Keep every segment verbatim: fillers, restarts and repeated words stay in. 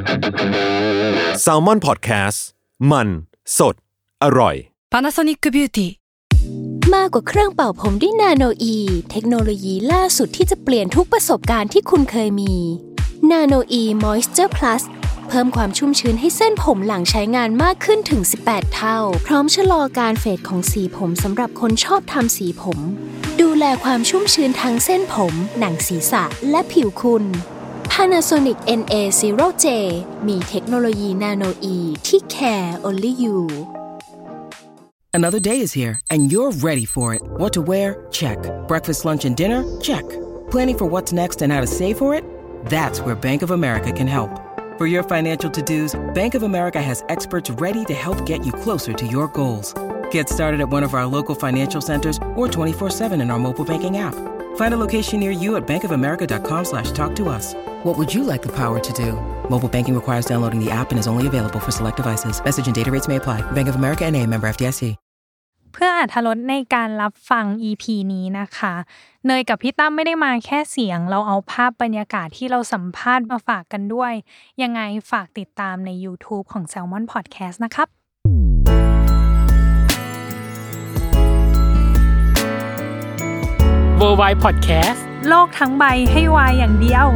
Salmon Podcast มันสดอร่อย Panasonic Beauty มากกว่าเครื่องเป่าผมด้วยนาโนอีเทคโนโลยีล่าสุดที่จะเปลี่ยนทุกประสบการณ์ที่คุณเคยมีนาโนอี Moisture Plus เพิ่มความชุ่มชื้นให้เส้นผมหลังใช้งานมากขึ้นถึงสิบแปดเท่าพร้อมชะลอการเฟดของสีผมสำหรับคนชอบทำสีผมดูแลความชุ่มชื้นทั้งเส้นผมหนังศีรษะและผิวคุณ Panasonic เอ็น เอ ศูนย์ เจ มีเทคโนโลยีนาโนอีที่ care only you Another day is here, and you're ready for it. What to wear? Check. Breakfast, lunch, and dinner? Check. Planning for what's next and how to save for it? That's where Bank of America can help. For your financial to-dos, Bank of America has experts ready to help get you closer to your goals. Get started at one of our local financial centers or twenty-four seven in our mobile banking app. Find a location near you at bankofamerica.com slash talk to us. What would you like the power to do? Mobile banking requires downloading the app and is only available for select devices. Message and data rates may apply. Bank of America N A, member เอฟ ดี เอส ซีเพื่ออรรถรสในการรับฟัง อี พี นี้นะคะเนยกับพี่ตั้มไม่ได้มาแค่เสียงเราเอาภาพบรรยากาศที่เราสัมภาษณ์มาฝากกันด้วยยังไงฝากติดตามใน YouTube ของ Salmon Podcast นะครับ Worldwide Podcast โลกทั้งใบให้วายอย่างเดียว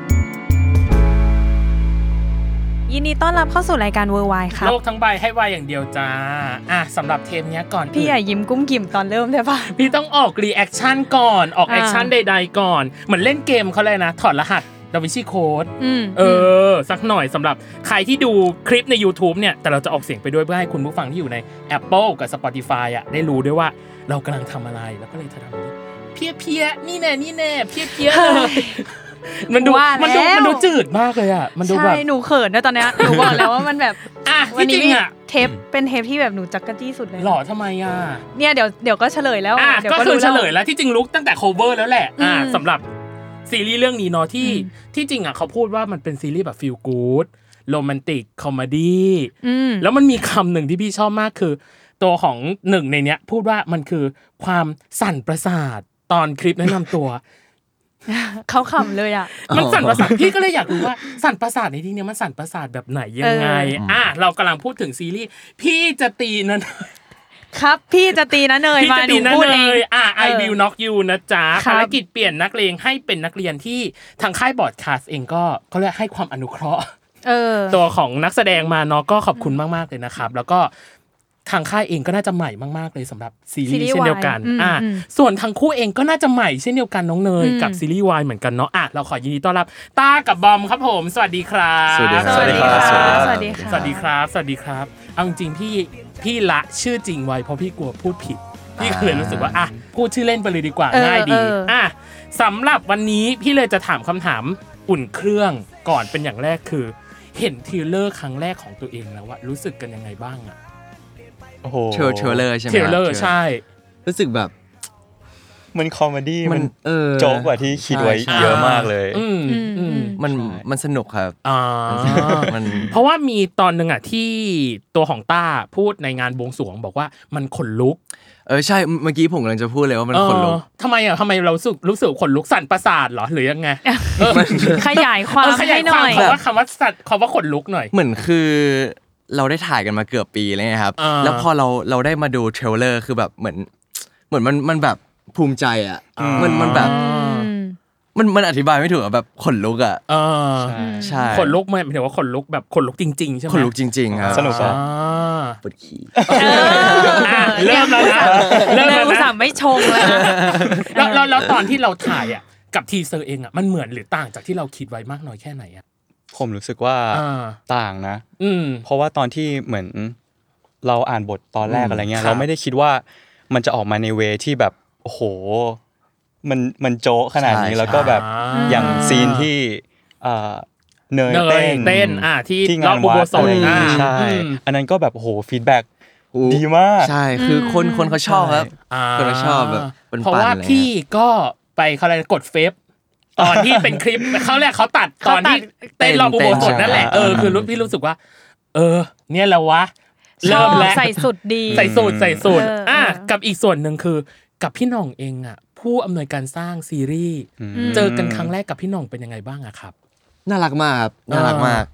ยินดีต้อนรับเข้าสู่รายการ Worldwide ครับโลกทั้งใบให้วายอย่างเดียวจ้าอ่ะสำหรับเทปเนี้ยก่อนพี่อย่ายิ้มกุ้มกิ่มตอนเริ่มได้ป่ะพี่ต้องออกรีแอคชั่นก่อนออกแอคชั่นใดๆก่อนเหมือนเล่นเกมเขาเลยนะถอดรหัสดาวินชีโค้ดเออสักหน่อยสำหรับใครที่ดูคลิปใน YouTube เนี่ยแต่เราจะออกเสียงไปด้วยเพื่อให้คุณผู้ฟังที่อยู่ใน Apple กับ Spotify อ่ะได้รู้ด้วยว่าเรากำลังทำอะไรแล้วก็เลยทำนี้เพี้ยๆนี่แน่นี่แน่เพี้ยๆเลยมันดูมันดูมันดูจืดมากเลยอ่ะมันดูแบบใช่หนูเขินด้วยตอนเนี้ยหนูบอกแล้วว่ามันแบบอ่ะวันนี้เทปเป็นเทปที่แบบหนูจักรจี้สุดเลยหล่อทำไมอ่ะเนี่ยเดี๋ยวเดี๋ยวก็เฉลยแล้วเดี๋ยวก็คือเฉลยแล้วที่จริงลุกตั้งแต่ cover แล้วแหละอ่ะสำหรับซีรีส์เรื่องนี้เนาะที่ที่จริงอ่ะเขาพูดว่ามันเป็นซีรีส์แบบ feel good romantic comedy แล้วมันมีคำหนึ่งที่พี่ชอบมากคือตัวของหนึ่งในเนี้ยพูดว่ามันคือความสั่นประสาทตอนคลิปแนะนำตัวเขาขำเลยอ่ะมันสั่นประสาทพี่ก็เลยอยากรู้ว่าสั่นประสาทในที่นี้มันสั่นประสาทแบบไหนยังไงอ่ะเรากำลังพูดถึงซีรีส์พี่จะตีนะครับพี่จะตีนะเนยมาดูพูดเองอ่ะ I will knock you นะจ๊ะภารกิจเปลี่ยนนักเลงให้เป็นนักเรียนที่ทางค่ายบอร์ดคาสต์เองก็เขาเรียกให้ความอนุเคราะห์ตัวของนักแสดงมาเนาะก็ขอบคุณมากๆเลยนะครับแล้วก็ทางค่ายเองก็น่าจะใหม่มากๆเลยสำหรับซีรีส์เช่นเดียวกันอ่ะส่วนทางคู่เองก็น่าจะใหม่เช่นเดียวกันน้องเนยกับซีรีส์วายเหมือนกันเนาะอ่ะเราขอยินดีต้อนรับต้ากับบอมครับผมสวัสดีครับสวัสดีครับสวัสดีครับสวัสดีครับสวัสดีครับสวัสดีครับเอาจริงๆพี่พี่ละชื่อจริงไว้เพราะพี่กลัวพูดผิดพี่เคยรู้สึกว่าอ่ะพูดชื่อเล่นไปเลยดีกว่าง่ายดีอ่ะสำหรับวันนี้พี่เลยจะถามคำถามอุ่นเครื่องก่อนเป็นอย่างแรกคือเห็นทีเลอร์ครั้งแรกของตัวเองแล้วว่ารู้สึกกันยังไงบ้างอ่ะโอ้โหเทรลเลอร์ใช่มั้ยเทรลเลอร์ใช่รู้สึกแบบมันคอมเมดี้มันโจ๊กกว่าที่คิดไว้เยอะมากเลยมันมันสนุกครับอ่ามันเพราะว่ามีตอนนึงอ่ะที่ตัวของต้าพูดในงานบวงสรวงบอกว่ามันขนลุกเออใช่เมื่อกี้ผมกำลังจะพูดเลยว่ามันขนลุกทำไมอ่ะทำไมเรารู้สึกรู้สึกขนลุกสั่นประสาทเหรอหรือยังไงขยายความให้หน่อยคำว่าคำว่าสั่นคำว่าขนลุกหน่อยเหมือนคือเราได้ถ่ายกันมาเกือบปีแล้วไงครับแล้วพอเราเราได้มาดูเทรลเลอร์คือแบบเหมือนเหมือนมันมันแบบภูมิใจอ่ะมันมันแบบมันมันอธิบายไม่ถูกอ่ะแบบขนลุกอ่ะเออใช่ขนลุกหมายถึงว่าขนลุกแบบขนลุกจริงๆใช่มั้ยขนลุกจริงๆครับสนุกอ่ะปวดขี้เริ่มแล้วนะเริ่มแล้วนะไม่ชงเลยแล้วแล้วแล้วตอนที่เราถ่ายอ่ะกับทีเซอร์เองอ่ะมันเหมือนหรือต่างจากที่เราคิดไว้มากน้อยแค่ไหนอ่ะผมรู้สึกว่าต่างนะเพราะว่าตอนที่เหมือนเราอ่านบทตอนแรกอะไรเงี้ยเราไม่ได้คิดว่ามันจะออกมาในเวที่แบบโอ้โหมันมันโจ๊ะขนาดนี้แล้วก็แบบอย่างซีนที่เนยเต้นเต้นอ่ะที่รอบอุโบสถอ่ะใช่อันนั้นก็แบบโอ้โหฟีดแบ็กดีมากใช่คือคนคนเขาชอบครับคนเขาชอบแบบเพราะว่าพี่ก็ไปเขาอะไรกดเฟซตอนที่เป็นคลิปเขาแรกเขาตัดตอนที่เต้นรอบอุโบสถนั่นแหละเออคือพี่รู้สึกว่าเออเนี่ยแหละวะเริ่มแล้วใส่สุดดีใส่สูตรใส่สูตรอ่ะกับอีกส่วนนึงคือกับพี่หน่องเองอ่ะผู้อำนวยการสร้างซีรีส์เจอกันครั้งแรกกับพี่หน่องเป็นยังไงบ้างอะครับน่ารักมากครับน่ารักมาก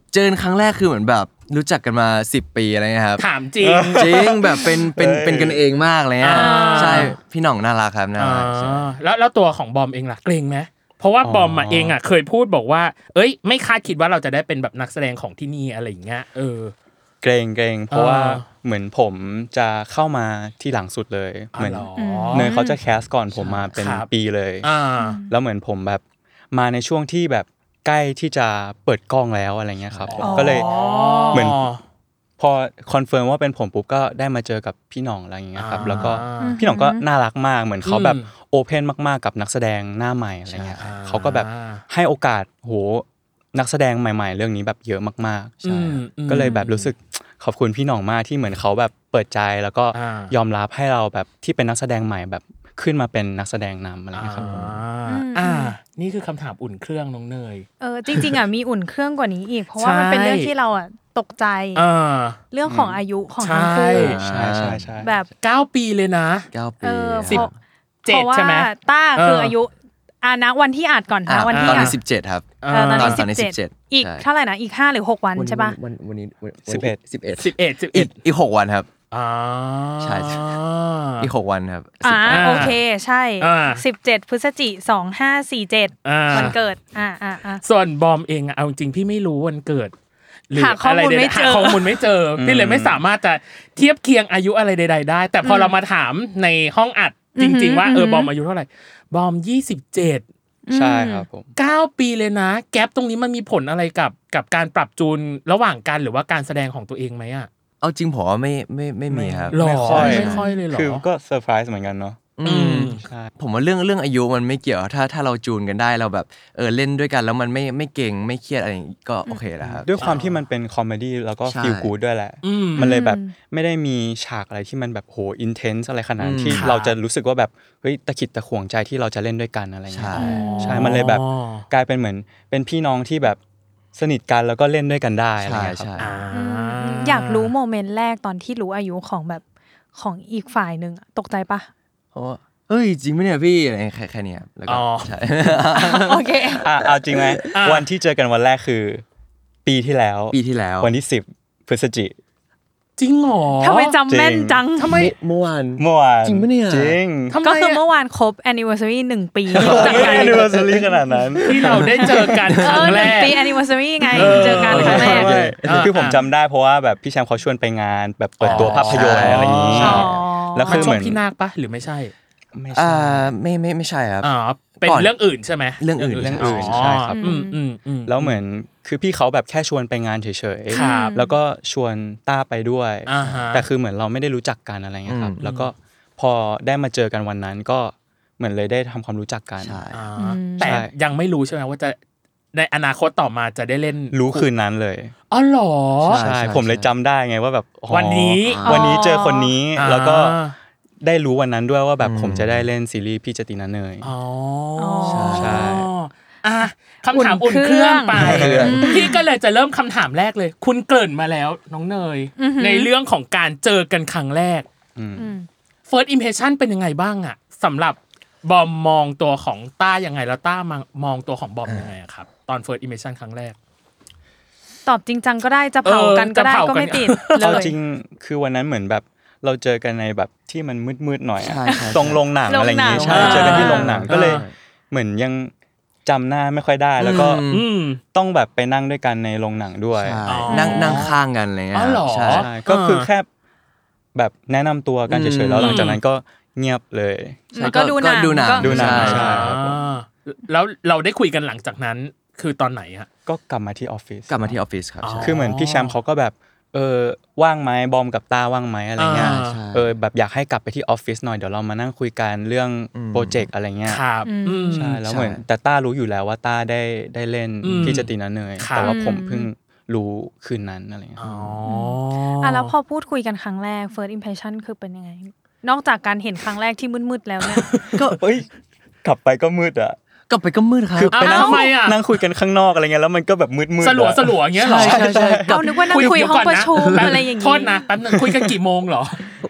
เจอครั้งแรกคือเหมือนแบบรู้จักกันมาสิบปีอะไรเงี้ยครับถามจริงจริงแบบเป็นเป็นเป็นกันเองมากเลยอ่ะใช่พี่หน่องน่ารักครับน่ารักแล้วแล้วตัวของบอมเองล่ะเกรงมั้ยเพราะว่าบอมเองอ่ะเคยพูดบอกว่าเอ้ยไม่คาดคิดว่าเราจะได้เป็นแบบนักแสดงของที่นี่อะไรอย่างเงี้ยเออเกรงเกรงเพราะว่าเหมือนผมจะเข้ามาที่หลังสุดเลยเหมือนเนยเขาจะแคสก่อนผมมาเป็นปีเลยแล้วเหมือนผมแบบมาในช่วงที่แบบใกล้ที่จะเปิดกล้องแล้วอะไรเงี้ยครับผมก็เลยเหมือนพอคอนเฟิร์มว่าเป็นผมปุ๊บก็ได้มาเจอกับพี่หน่องอะไรอย่างเงี้ยครับแล้วก็พี่หน่องก็น่ารักมากเหมือนเขาแบบโอเพนมากๆกับนักแสดงหน้าใหม่อะไรเงี้ยเขาก็แบบให้โอกาสโหนักแสดงใหม่ๆเรื่องนี้แบบเยอะมากๆใช่ก็เลยแบบรู้สึกขอบคุณพี่หน่องมากที่เหมือนเขาแบบเปิดใจแล้วก็ยอมรับให้เราแบบที่เป็นนักแสดงใหม่แบบขึ้นมาเป็นนักแสดงนำอะไรเงี้ยครับอ่านี่คือคำถามอุ่นเครื่องน้องเนยเออจริงๆอ่ะมีอุ่นเครื่องกว่านี้อีกเพราะว่ามันเป็นเรื่องที่เราอ่ะตกใจเรื่องของอายุของทั้งคู่ใช่ใช่ใช่แบบเก้าปีเลยนะเก้าปีสิบเจ็ดใช่ไหมต้าคืออายุอ่านะวันที่อัดก่อนนะวันที่ตอนนี้สิบเจ็ดครับตอนนี้สิบเจ็ดอีกเท่าไหร่นะอีกห้าหรือหกวันใช่ป่ะวันวันนี้สิบเอ็ดสิบเอ็ดสิบเอ็ด สิบเอ็ดอีกหกวันครับอ๋อใช่อีกหกวันครับอ่าโอเคใช่สิบเจ็ดพฤศจิกายนสองพันห้าร้อยสี่สิบเจ็ดวันเกิดอ่าๆๆส่วนบอมเองเอาจริงพี่ไม่รู้วันเกิดหรืออะไรใดๆหาข้อมูลไม่เจอพี่เลยไม่สามารถจะเทียบเคียงอายุอะไรใดๆได้แต่พอเรามาถามในห้องอัดจริงๆว่าเออบอมอายุเท่าไหร่บอมยี่สิบเจ็ดใช่ครับผมเก้าปีเลยนะแก๊ปตรงนี้มันมีผลอะไรกับกับการปรับจูนระหว่างกันหรือว่าการแสดงของตัวเองมั้ยอ่ะเอาจริงผมว่าไม่ไม่ไม่มีครับไม่ค่อยไม่ค่อยเลยหรอคือก็เซอร์ไพรส์เหมือนกันเนาะอืมใช่ผมว่าเรื่องเรื่องอายุมันไม่เกี่ยวถ้าถ้าเราจูนกันได้เราแบบเออเล่นด้วยกันแล้วมันไม่ไม่เก่งไม่เครียดอะไรก็โอเคแล้วครับด้วยความที่มันเป็นคอมเมดี้แล้วก็ฟีลกู๊ดด้วยแหละมันเลยแบบไม่ได้มีฉากอะไรที่มันแบบโหอินเทนส์อะไรขนาดที่เราจะรู้สึกว่าแบบเฮ้ยตะขิดตะขวงใจที่เราจะเล่นด้วยกันอะไรอย่างเงี้ยใช่มันเลยแบบกลายเป็นเหมือนเป็นพี่น้องที่แบบสนิทกันแล้วก็เล่นด้วยกันได้อะไรอย่างเงี้ยครับอยากรู้โมเมนต์แรกตอนที่รู้อายุของแบบของอีกฝ่ายนึงตกใจปะเพราะเฮ้ยจริงมั้ยเนี่ยพี่อะไรแค่แค่นี้ครับแล้วก็ใช่โอเคอ่ะเอาจริงมั้ยวันที่เจอกันวันแรกคือปีที่แล้วปีที่แล้ววันที่สิบพฤศจิกายนจริงหรอทำไมจำแม่นจังทำไมเมื่อวานเมื่อวานจริงปะเนี่ยจริงก็คือเมื่อวานครบ anniversary หนึ่งปีจากการ anniversary ขนาดนั้นที่เราได้เจอกันครั้งแรกปี anniversary ไงเจอกันครั้งแรกคือผมจำได้เพราะว่าแบบพี่แชมป์เขาชวนไปงานแบบเปิดตัวภาพยนตร์อะไรอย่างงี้แล้วคือเหมือนพี่นาคปะหรือไม่ใช่ไม่ใช่ไม่ไม่ไม่ใช่ครับอ๋อเป็นเรื่องอื่นใช่ไหมเรื่องอื่นเรื่องอื่นใช่ครับแล้วเหมือนคือพี่เขาแบบแค่ชวนไปงานเฉยๆแล้วก็ชวนต้าไปด้วยแต่คือเหมือนเราไม่ได้รู้จักกันอะไรเงี้ยครับแล้วก็พอได้มาเจอกันวันนั้นก็เหมือนเลยได้ทำความรู้จักกันแต่ยังไม่รู้ใช่ไหมว่าจะในอนาคตต่อมาจะได้เล่นรู้คืนนั้นเลยอ๋อเหรอใช่ผมเลยจำได้ไงว่าแบบวันนี้วันนี้เจอคนนี้แล้วก็ได้รู้วันนั้นด้วยว่าแบบผมจะได้เล่นซีรีส์พี่จตินาเนยอ๋อใช่อ่ะคำถามอุ่นเครื่องไปพี่ก็เลยจะเริ่มคำถามแรกเลยคุณเกริ่นมาแล้วน้องเนยในเรื่องของการเจอกันครั้งแรก first impression เป็นยังไงบ้างอ่ะสำหรับบอมมองตัวของต้ายังไงแล้วต้ามองตัวของบอมยังไงครับตอน first impression ครั้งแรกตอบจริงจังก็ได้จะเผากันก็ได้ก็ไม่ติดเลยจริงคือวันนั้นเหมือนแบบเราเจอกันในแบบที่มันมืดๆหน่อยตรงโรงหนังอะไรอย่างงี้ใช่เจอกันที่โรงหนังก็เลยเหมือนยังจำหน้าไม่ค่อยได้แล้วก็ต้องแบบไปนั่งด้วยกันในโรงหนังด้วยนั่งนั่งข้างกันอะไรเงี้ยใช่ก็คือแค่แบบแนะนำตัวกันเฉยๆแล้วหลังจากนั้นก็เงียบเลยก็ดูหนังดูหนังดูหนังใช่แล้วเราได้คุยกันหลังจากนั้นคือตอนไหนฮะก็กลับมาที่ออฟฟิศกลับมาที่ออฟฟิศครับคือเหมือนพี่แชมป์เขาก็แบบเออว่างไหมบอมกับต้าว่างไหมอะไรเงี้ยเออแบบอยากให้กลับไปที่ออฟฟิศหน่อยเดี๋ยวเรามานั่งคุยกันเรื่องโปรเจกต์อะไรเงี้ยครับใช่แล้วเหมือนแต่ต้ารู้อยู่แล้วว่าต้าได้ได้เล่นพี่จตินาเนยแต่ว่าผมเพิ่งรู้คืนนั้นอะไรเงี้ยอ๋ออ่ะแล้วพอพูดคุยกันครั้งแรก first impression คือเป็นยังไงนอกจากการเห็นครั้งแรกที่มืดๆแล้วเนี่ยก็เอ้ยกลับไปก็มืดอ่ะกลับไปก็มืดครับคือไปนั่งนั่งคุยกันข้างนอกอะไรเงี้ยแล้วมันก็แบบมืดๆสลัวๆอย่างเงี้ยเหรอใช่ๆเอานึกว่านั่งคุยห้องประชุมอะไรอย่างงี้โทษนะแป๊บนึงคุยกันกี่โมงเหรอโ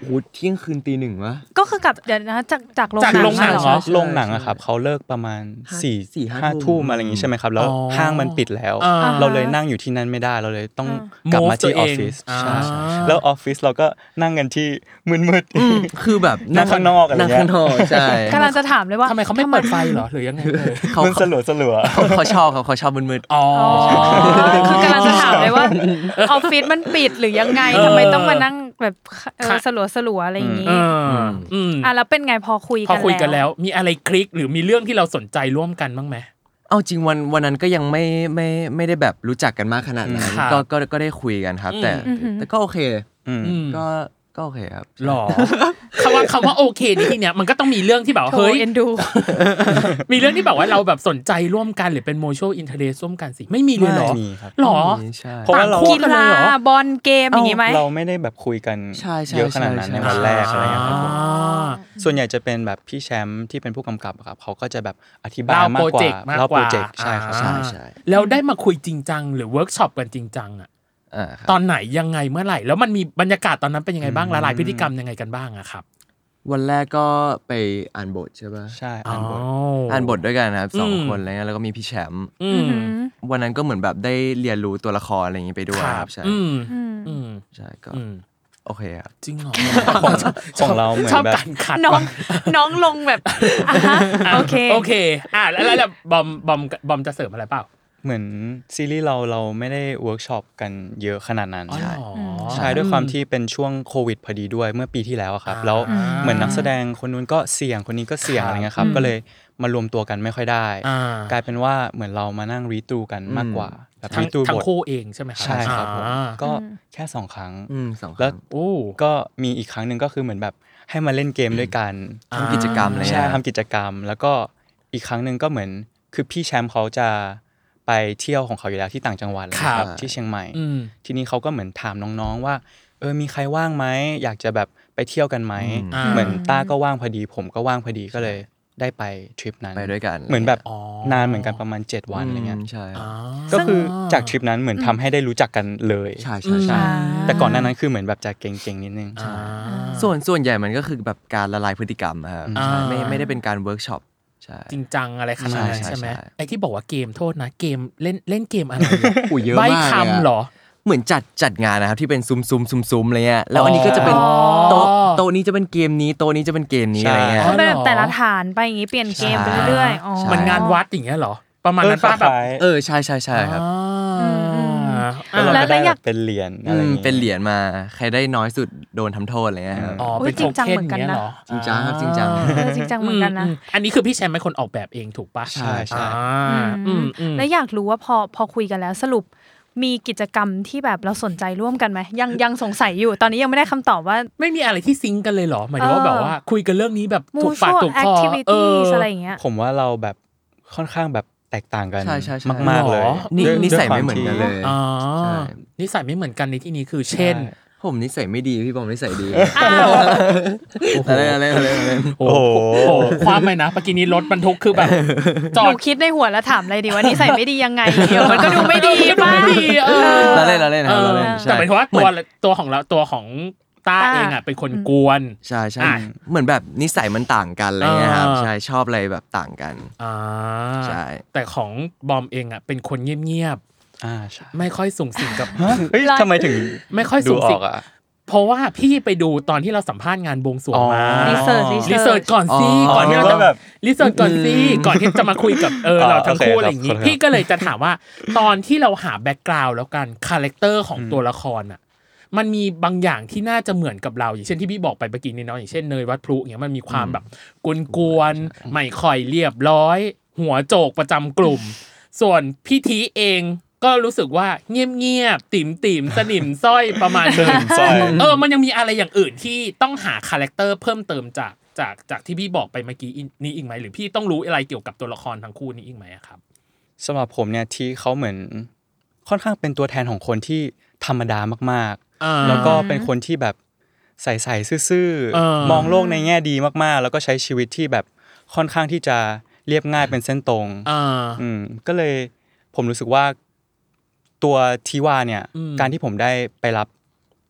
เที่ยงคืนตีหนึ่งวะก็คือกลับเดี๋ยวนะจากจากโรงหนังเหรอโรงหนังอะครับเขาเลิกประมาณสี่ ห้าทุ่มอะไรอย่างงี้ใช่มั้ยครับแล้วห้างมันปิดแล้วเราเลยนั่งอยู่ที่นั่นไม่ได้เราเลยต้องกลับมาที่ออฟฟิศใช่แล้วออฟฟิศเราก็นั่งกันที่มืดๆคือแบบนั่งข้างนอกอะไรเงี้ยนั่งข้างนอกใช่กำลังจะถามเลยว่าทำไมเขาไม่เปิดไฟเหรอหรือยังไงเขาสลัวๆเขาชอบเขาเขาชอบมืดๆอ๋อคือกำลังจะถามเลยว่าออฟฟิศมันปิดหรือยังไงทำไมต้องมานั่งแบบเออสลัวๆอะไรอย่างงี้อ่ะแล้วเป็นไงพอคุยกันแล้วพอคุยกันแล้วมีอะไรคลิกหรือมีเรื่องที่เราสนใจร่วมกันบ้างมั้ยเอาจริงวันวันนั้นก็ยังไม่ไม่ไม่ได้แบบรู้จักกันมากขนาดนั้นก็ก็ก็ได้คุยกันครับแต่แต่ก็โอเคก็ก็โอเคครับหรอคำว่าคำว่าโอเคในที่เนี้ยมันก็ต้องมีเรื่องที่แบบเฮ้ยเอ็นดูมีเรื่องที่แบบว่าเราแบบสนใจร่วมกันหรือเป็น mutual interest ร่วมกันสิไม่มีเลยหรอหรอเพราะว่าเรากีฬาบอลเกมอย่างงี้มั้ยเราไม่ได้แบบคุยกันเยอะขนาดนั้นในวันแรกอะไรอย่างเงี้ยครับส่วนใหญ่จะเป็นแบบพี่แชมป์ที่เป็นผู้กำกับครับเขาก็จะแบบอธิบายมากกว่าเล่าโปรเจกต์ใช่ครับใช่ๆแล้วได้มาคุยจริงจังหรือเวิร์คช็อปกันจริงจังอ่ะตอนไหนยังไงเมื่อไหร่แล้วมันมีบรรยากาศตอนนั้นเป็นยังไงบ้างละลายพฤติกรรมยังไงกันบ้างอะครับวันแรกก็ไปอ่านบทใช่ป่ะใช่อ่านบทอ่านบทด้วยกันนะครับสองคนอะไรเงี้ยแล้วก็มีพี่แชมป์วันนั้นก็เหมือนแบบได้เรียนรู้ตัวละครอะไรอย่างงี้ไปด้วยครับใช่ใช่ก็โอเคครับจริงเหรอของเราเหมือนแบบน้องน้องลงแบบโอเคโอเคอ่ะแล้วแล้วบอมบอมบอมจะเสริมอะไรเปล่าเหมือนซีรีส์เราเราไม่ได้เวิร์กช็อปกันเยอะขนาดนั้นใช่ใช่ด้วยความที่เป็นช่วงโควิดพอดีด้วยเมื่อปีที่แล้วครับแล้วเหมือนนักแสดงคนนู้นก็เสี่ยงคนนี้ก็เสี่ยงอะไรเงี้ยครับก็เลยมารวมตัวกันไม่ค่อยได้กลายเป็นว่าเหมือนเรามานั่งรีตูกันมากกว่าแบบรีตูบททั้งคู่เองใช่มั้ยครับใช่ครับก็แค่สองครั้งแล้วก็มีอีกครั้งนึงก็คือเหมือนแบบให้มาเล่นเกมด้วยกันทำกิจกรรมอะไรใช่ทำกิจกรรมแล้วก็อีกครั้งนึงก็เหมือนคือพี่แชมป์เขาจะไปเที่ยวของเขาอยู่แล้วที่ต่างจังหวัดนะครับที่เชียงใหม่ทีนี้เขาก็เหมือนถามน้องๆว่าเออมีใครว่างไหมอยากจะแบบไปเที่ยวกันไหมเหมือนต้าก็ว่างพอดีผมก็ว่างพอดีก็เลยได้ไปทริปนั้นไปด้วยกันเหมือนแบบนานเหมือนกันประมาณเจ็ดวันอะไรเงี้ยใช่ก็คือจากทริปนั้นเหมือนทำให้ได้รู้จักกันเลยใช่ๆๆแต่ก่อนหน้านั้นคือเหมือนแบบจะเก่งๆนิดนึงส่วนส่วนใหญ่มันก็คือแบบการละลายพฤติกรรมครับไม่ไม่ได้เป็นการเวิร์คช็อปจริงจังอะไรขนาดนั้นใช่ไหมไอ้ที่บอกว่าเกมโทษนะเกมเล่นเล่นเกมอะไรใบคำเหรอเหมือนจัดจัดงานนะครับที่เป็นซุ้มๆๆๆอะไรเงี้ยแล้วอันนี้ก็จะเป็นโต๊ะโต๊ะนี้จะเป็นเกมนี้โต๊ะนี้จะเป็นเกมนี้อะไรเงี้ยแบบแต่ละฐานไปอย่างงี้เปลี่ยนเกมไปเรื่อยๆอ๋อมันงานวัดอย่างเงี้ยเหรอประมาณนั้นป่ะแบบเออใช่ๆๆครับแล้วแล้วอยากเป็นเหรียญอะไรอย่างงี้เป็นเหรียญมาใครได้น้อยสุดโดนทำโทษอะไรเงี้ยอ๋อเป็นโทเค็นเงี้ยเหรอจริงจังครับจริงจังจริงจังเหมือนกันนะอันนี้คือพี่แชมป์เป็นคนออกแบบเองถูกป่ะใช่ๆแล้วอยากรู้ว่าพอพอคุยกันแล้วสรุปมีกิจกรรมที่แบบเราสนใจร่วมกันมั้ยยังยังสงสัยอยู่ตอนนี้ยังไม่ได้คำตอบว่าไม่มีอะไรที่ซิงค์กันเลยเหรอหมายถึงว่าแบบว่าคุยกันเรื่องนี้แบบถูกปากถูกคอเอออะไรอย่างเงี้ยผมว่าเราแบบค่อนข้างแบบแตกต่างกันมากๆเลยนิสัยไม่เหมือนกันเลยอ๋อนิสัยไม่เหมือนกันในที่นี้คือเช่นผมนิสัยไม่ดีพี่บอมนิสัยดีอะไรอะไรอะไรโอ้โหความไม่นะเมื่อกี้นี้รถบรรทุกคือแบบจอดคิดในหัวแล้วถามอะไรดีว่านิสัยไม่ดียังไงเดี๋ยวมันก็ดูไม่ดีป่ะเออแล้วเล่นแล้วเล่นแล้วเล่นแต่หมายถึงว่าตัวตัวของเราตัวของต้าเองอ่ะเป็นคนกวนใช่ๆเหมือนแบบนิสัยมันต่างกันอะไรเงี้ยครับใช่ชอบอะไรแบบต่างกันอ่าใช่แต่ของบอมเองอ่ะเป็นคนเงียบๆอ่าใช่ไม่ค่อยสูงสิงกับเฮ้ยทำไมถึงไม่ค่อยสูงสิงอ่ะเพราะว่าพี่ไปดูตอนที่เราสัมภาษณ์งานบวงสรวงมารีเสิร์ชรีเสิร์ชก่อนสิก่อนที่เราจะแบบรีเสิร์ชก่อนสิก่อนที่จะมาคุยกับเออเราทั้งคู่อะไรอย่างงี้พี่ก็เลยจะถามว่าตอนที่เราหาแบ็คกราวด์แล้วกันคาแรคเตอร์ของตัวละครอ่ะมันมีบางอย่างที่น่าจะเหมือนกับเราอย่างเช่นที่พี่บอกไปเมื่อกี้นี้เนาะอย่างเช่นเนยวัดพลุอย่างเงี้ยมันมีความแบบกวนๆไม่ค่อยเรียบร้อยหัวโจกประจำกลุ่มส่วนพี่ทีเองก็รู้สึกว่าเงียบๆติ๋มๆสนิมสร้อยประมาณนึงเออมันยังมีอะไรอย่างอื่นที่ต้องหาคาแรคเตอร์เพิ่มเติมจากจากจากที่พี่บอกไปเมื่อกี้นี้อีกไหมหรือพี่ต้องรู้อะไรเกี่ยวกับตัวละครทั้งคู่นี้อีกไหมครับสำหรับผมเนี่ยที่เขาเหมือนค่อนข้างเป็นตัวแทนของคนที่ธรรมดามากๆแล้วก็เป็นคนที่แบบใสๆซื่อๆมองโลกในแง่ดีมากๆแล้วก็ใช้ชีวิตที่แบบค่อนข้างที่จะเรียบง่ายเป็นเส้นตรงอืมก็เลยผมรู้สึกว่าตัวทีวาเนี่ยการที่ผมได้ไปรับ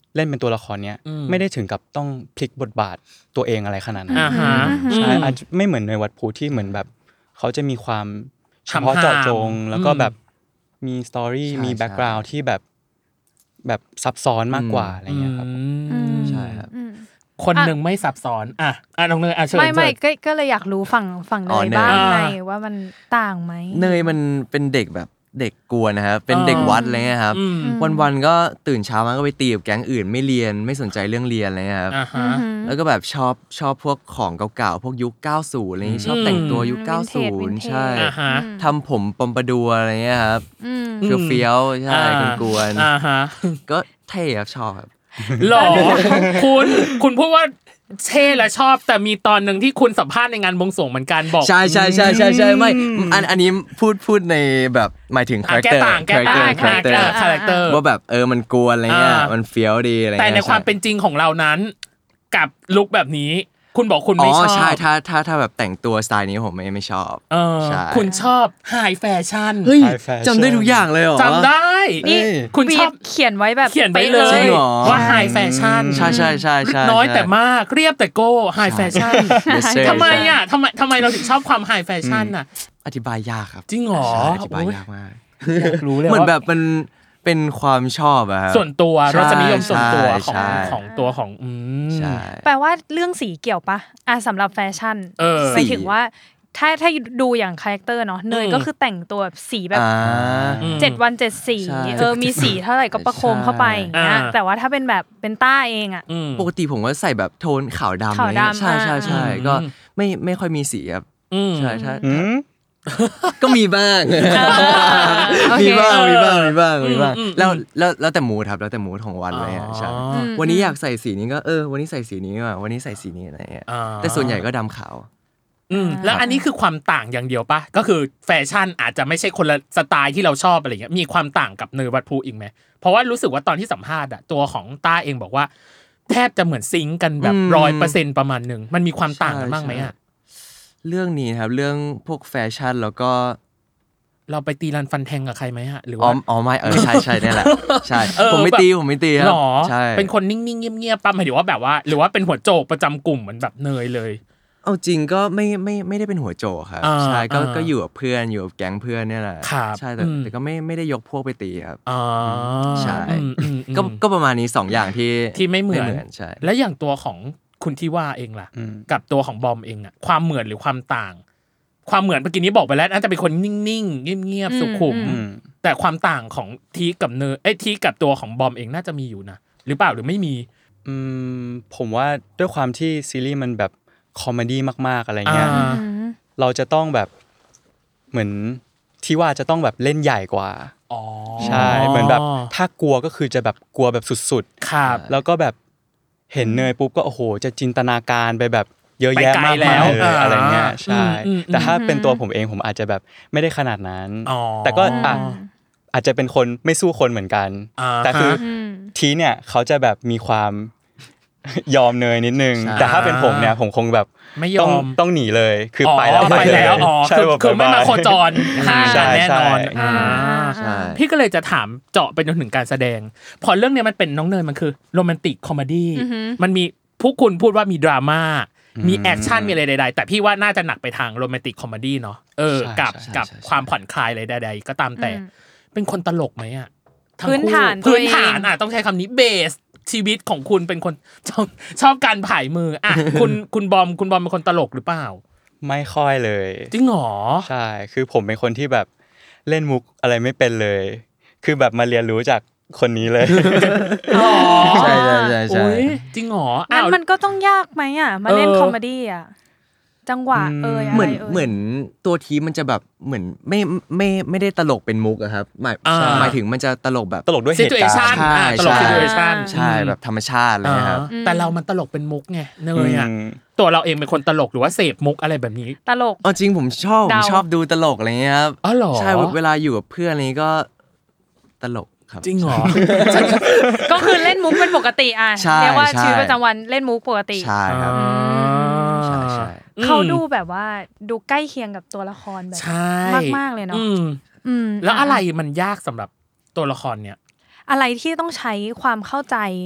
เล่นเป็นตัวละครเนี้ยไม่ได้ถึงกับต้องพลิกบทบาทตัวเองอะไรขนาดนั้นอ่าฮะใช่อาจจะไม่เหมือนในวัดภูที่เหมือนแบบเขาจะมีความเฉพาะเจาะจงแล้วก็แบบมีสตอรี่มีแบ็คกราวด์ที่แบบแบบซับซ้อนมากกว่าอะไรเงี้ยครับใช่ครับคนหนึ่งไม่ซับซ้อนอ่ะอ่ะน้องเนยอ่ะเชิญไม่ไม่ก็ก็เลยอยากรู้ฝั่งฝั่งเนยบ้างไงว่ามันต่างไหมเนยมันเป็นเด็กแบบเด็กกวนนะครับเป็นเด็กวัดอะไรเงี้ยครับวันๆก็ตื่นเช้ามาก็ไปตีกับแก๊งอื่นไม่เรียนไม่สนใจเรื่องเรียนอะไรเงี้ยครับแล้วก็แบบชอบชอบพวกของเก่าๆพวกยุคเก้าสิบอะไรเงี้ยชอบแต่งตัวยุคเก้าสิบใช่ทำผมปมประดัวอะไรเงี้ยครับเฟี้ยวๆใช่กวนๆก็เท่ครับชอบครับหรอคุณคุณพูดว่าเช่และชอบแต่มีตอนนึงที่คุณสัมภาษณ์ในงานบวงสรวงเหมือนกันบอกใช่ๆๆๆไม่อันอันนี้พูดพูดในแบบหมายถึงคาแรคเตอร์คาแรคเตอร์คาแรคเตอร์คาแรคเตอร์ว่าแบบเออมันกวนอะไรเงี้ยมันเฟี้ยวดีอะไรแต่ในความเป็นจริงของเรานั้นกับลุคแบบนี้คุณบอกคุณไม่ชอบอ๋อใช่ถ้าถ้าถ้าแบบแต่งตัวสไตล์นี้ผมไม่ไม่ชอบใช่คุณชอบไฮแฟชั่นเฮ้ยจำได้ทุกอย่างเลยเหรอจำได้นี่คุณชอบเขียนไว้แบบเขียนไว้เลยว่าไฮแฟชั่นใช่ใช่ใช่ใช่น้อยแต่มากเรียบแต่โก้ไฮแฟชั่นทำไมอ่ะทำไมทำไมเราถึงชอบความไฮแฟชั่นอ่ะอธิบายยากครับจริงเหรออธิบายยากมากรู้เลยเหมือนแบบมันเป็นความชอบอะครับส่วนตัวรสนิยมส่วนตัวของของตัวของอืมแปลว่าเรื่องสีเกี่ยวปะอ่ะสำหรับแฟชั่นหมายถึงว่าถ้าถ้าดูอย่างคาแรคเตอร์เนาะเนยก็คือแต่งตัวแบบสีแบบเจ็ดวันเจ็ดสีเออมีสีเท่าไหร่ก็ประโคมเข้าไปอย่างเงี้ยแต่ว่าถ้าเป็นแบบเป็นต้าเองอ่ะปกติผมก็ใส่แบบโทนขาวดำอะไรใช่ใช่ใช่ก็ไม่ไม่ค่อยมีสีครับใช่ใช่ก็มีบ้างมีบ้างมีบ้างมีบ้างมีบ้างแล้วแล้วแล้วแต่มูดครับแล้วแต่มูดของวันเลยอ่ะใช่วันนี้อยากใส่สีนี้ก็เออวันนี้ใส่สีนี้ว่ะวันนี้ใส่สีนี้อะไรเงี้ยแต่ส่วนใหญ่ก็ดำขาวอืมแล้วอันนี้คือความต่างอย่างเดียวปะก็คือแฟชั่นอาจจะไม่ใช่คนละสไตล์ที่เราชอบอะไรเงี้ยมีความต่างกับเนยวัดภูอีกไหมเพราะว่ารู้สึกว่าตอนที่สัมภาษณ์อะตัวของต้าเองบอกว่าแทบจะเหมือนซิงค์กันแบบร้อยเปอร์เซ็นต์ประมาณนึงมันมีความต่างกันบ้างไหมอะเรื่องนี้ครับเรื่องพวกแฟชั่นแล้วก็เราไปตีรันฟันแทงกับใครไหมฮะหรือว่าอ๋อไม่เออใช่ใช่นี่แหละใช่ผมไม่ตีผมไม่ตีครับใช่เป็นคนนิ่งๆเงียบๆป่ะหมายถึงว่าแบบว่าหรือว่าเป็นหัวโจกประจำกลุ่มเหมือนแบบเนยเลยเอาจริงก็ไม่ไม่ไม่ได้เป็นหัวโจกครับใช่ก็ก็อยู่กับเพื่อนอยู่กับแก๊งเพื่อนนี่แหละใช่แต่แต่ก็ไม่ไม่ได้ยกพวกไปตีครับอ๋อใช่ก็ก็ประมาณนี้สองอย่างที่ที่ไม่เหมือนใช่แล้วอย่างตัวของคุณที่ว่าเองล่ะกับตัวของบอมเองอะความเหมือนหรือความต่างความเหมือนเมื่อกี้นี้บอกไปแล้วน่าจะเป็นคนนิ่งๆเงียบๆสุขุมแต่ความต่างของทีกับเนยเอ้ยทีกับตัวของบอมเองน่าจะมีอยู่นะหรือเปล่าหรือไม่มีอืมผมว่าด้วยความที่ซีรีส์มันแบบคอมเมดี้มากๆอะไรเงี้ยเราจะต้องแบบเหมือนที่ว่าจะต้องแบบเล่นใหญ่กว่าอ๋อใช่เหมือนแบบถ้ากลัวก็คือจะแบบกลัวแบบสุดๆครับแล้วก็แบบเห็นเนยปุ๊บก็โอ้โหจะจินตนาการไปแบบเยอะแยะมากมายเลยอะไรเงี้ยใช่แต่ถ้าเป็นตัวผมเองผมอาจจะแบบไม่ได้ขนาดนั้นแต่ก็อ่ะอาจจะเป็นคนไม่สู้คนเหมือนกันแต่คือทีเนี่ยเขาจะแบบมีความยอมเนยนิดนึงแต่ถ้าเป็นผมเนี่ยผมคงแบบไม่ยอมต้องหนีเลยคือไปแล้วไปแล้วอ๋อคือไม่มาโคจรห่างกันแน่นอนพี่ก็เลยจะถามเจาะไปจนถึงการแสดงพอเรื่องนี้มันเป็นน้องเนยมันคือโรแมนติกคอมเมดี้มันมีพวกคุณพูดว่ามีดราม่ามีแอคชั่นมีอะไรใดๆแต่พี่ว่าน่าจะหนักไปทางโรแมนติกคอมเมดี้เนาะเออกับกับความผ่อนคลายอะไรใดๆก็ตามแต่เป็นคนตลกไหมอ่ะพื้นฐานพื้นฐานอ่ะต้องใช้คำนี้เบสชีวิตของคุณเป็นคนชอบชอบการผายมืออ่ะคุณคุณบอมคุณบอมเป็นคนตลกหรือเปล่าไม่ค่อยเลยจริงหรอใช่คือผมเป็นคนที่แบบเล่นมุกอะไรไม่เป็นเลยคือแบบมาเรียนรู้จากคนนี้เลยอ๋อใช่ๆๆๆจริงหรองั้นมันก็ต้องยากมั้ยอ่ะมาเล่นคอมเมดี้อ่ะจังหวะเออเหมือนเหมือนตัวทีมันจะแบบเหมือนไม่ไม่ไม่ได้ตลกเป็นมุกอะครับหมายหมายถึงมันจะตลกแบบตลกด้วยเหตุการณ์ใช่ตลก situation ใช่แบบธรรมชาติเลยครับแต่เรามันตลกเป็นมุกไงเนยอ่ะตัวเราเองเป็นคนตลกหรือว่าเสพมุกอะไรแบบนี้ตลกอ๋อจริงผมชอบผมชอบดูตลกอะไรเงี้ยครับอ๋อเหรอใช่เวลาอยู่กับเพื่อนอะไรก็ตลกจริงเหรอก็คือเล่นมุกเป็นปกติอ่ะเรียกว่าชีวิตประจำวันเล่นมุกปกติใช่ครับใช่ๆเขาดูแบบว่าดูใกล้เคียงกับตัวละครแบบมากๆเลยเนาะอืมแล้วอะไรมันยากสำหรับตัวละครเนี่ยอะไรที่ต้องใช้ความเข้าใจ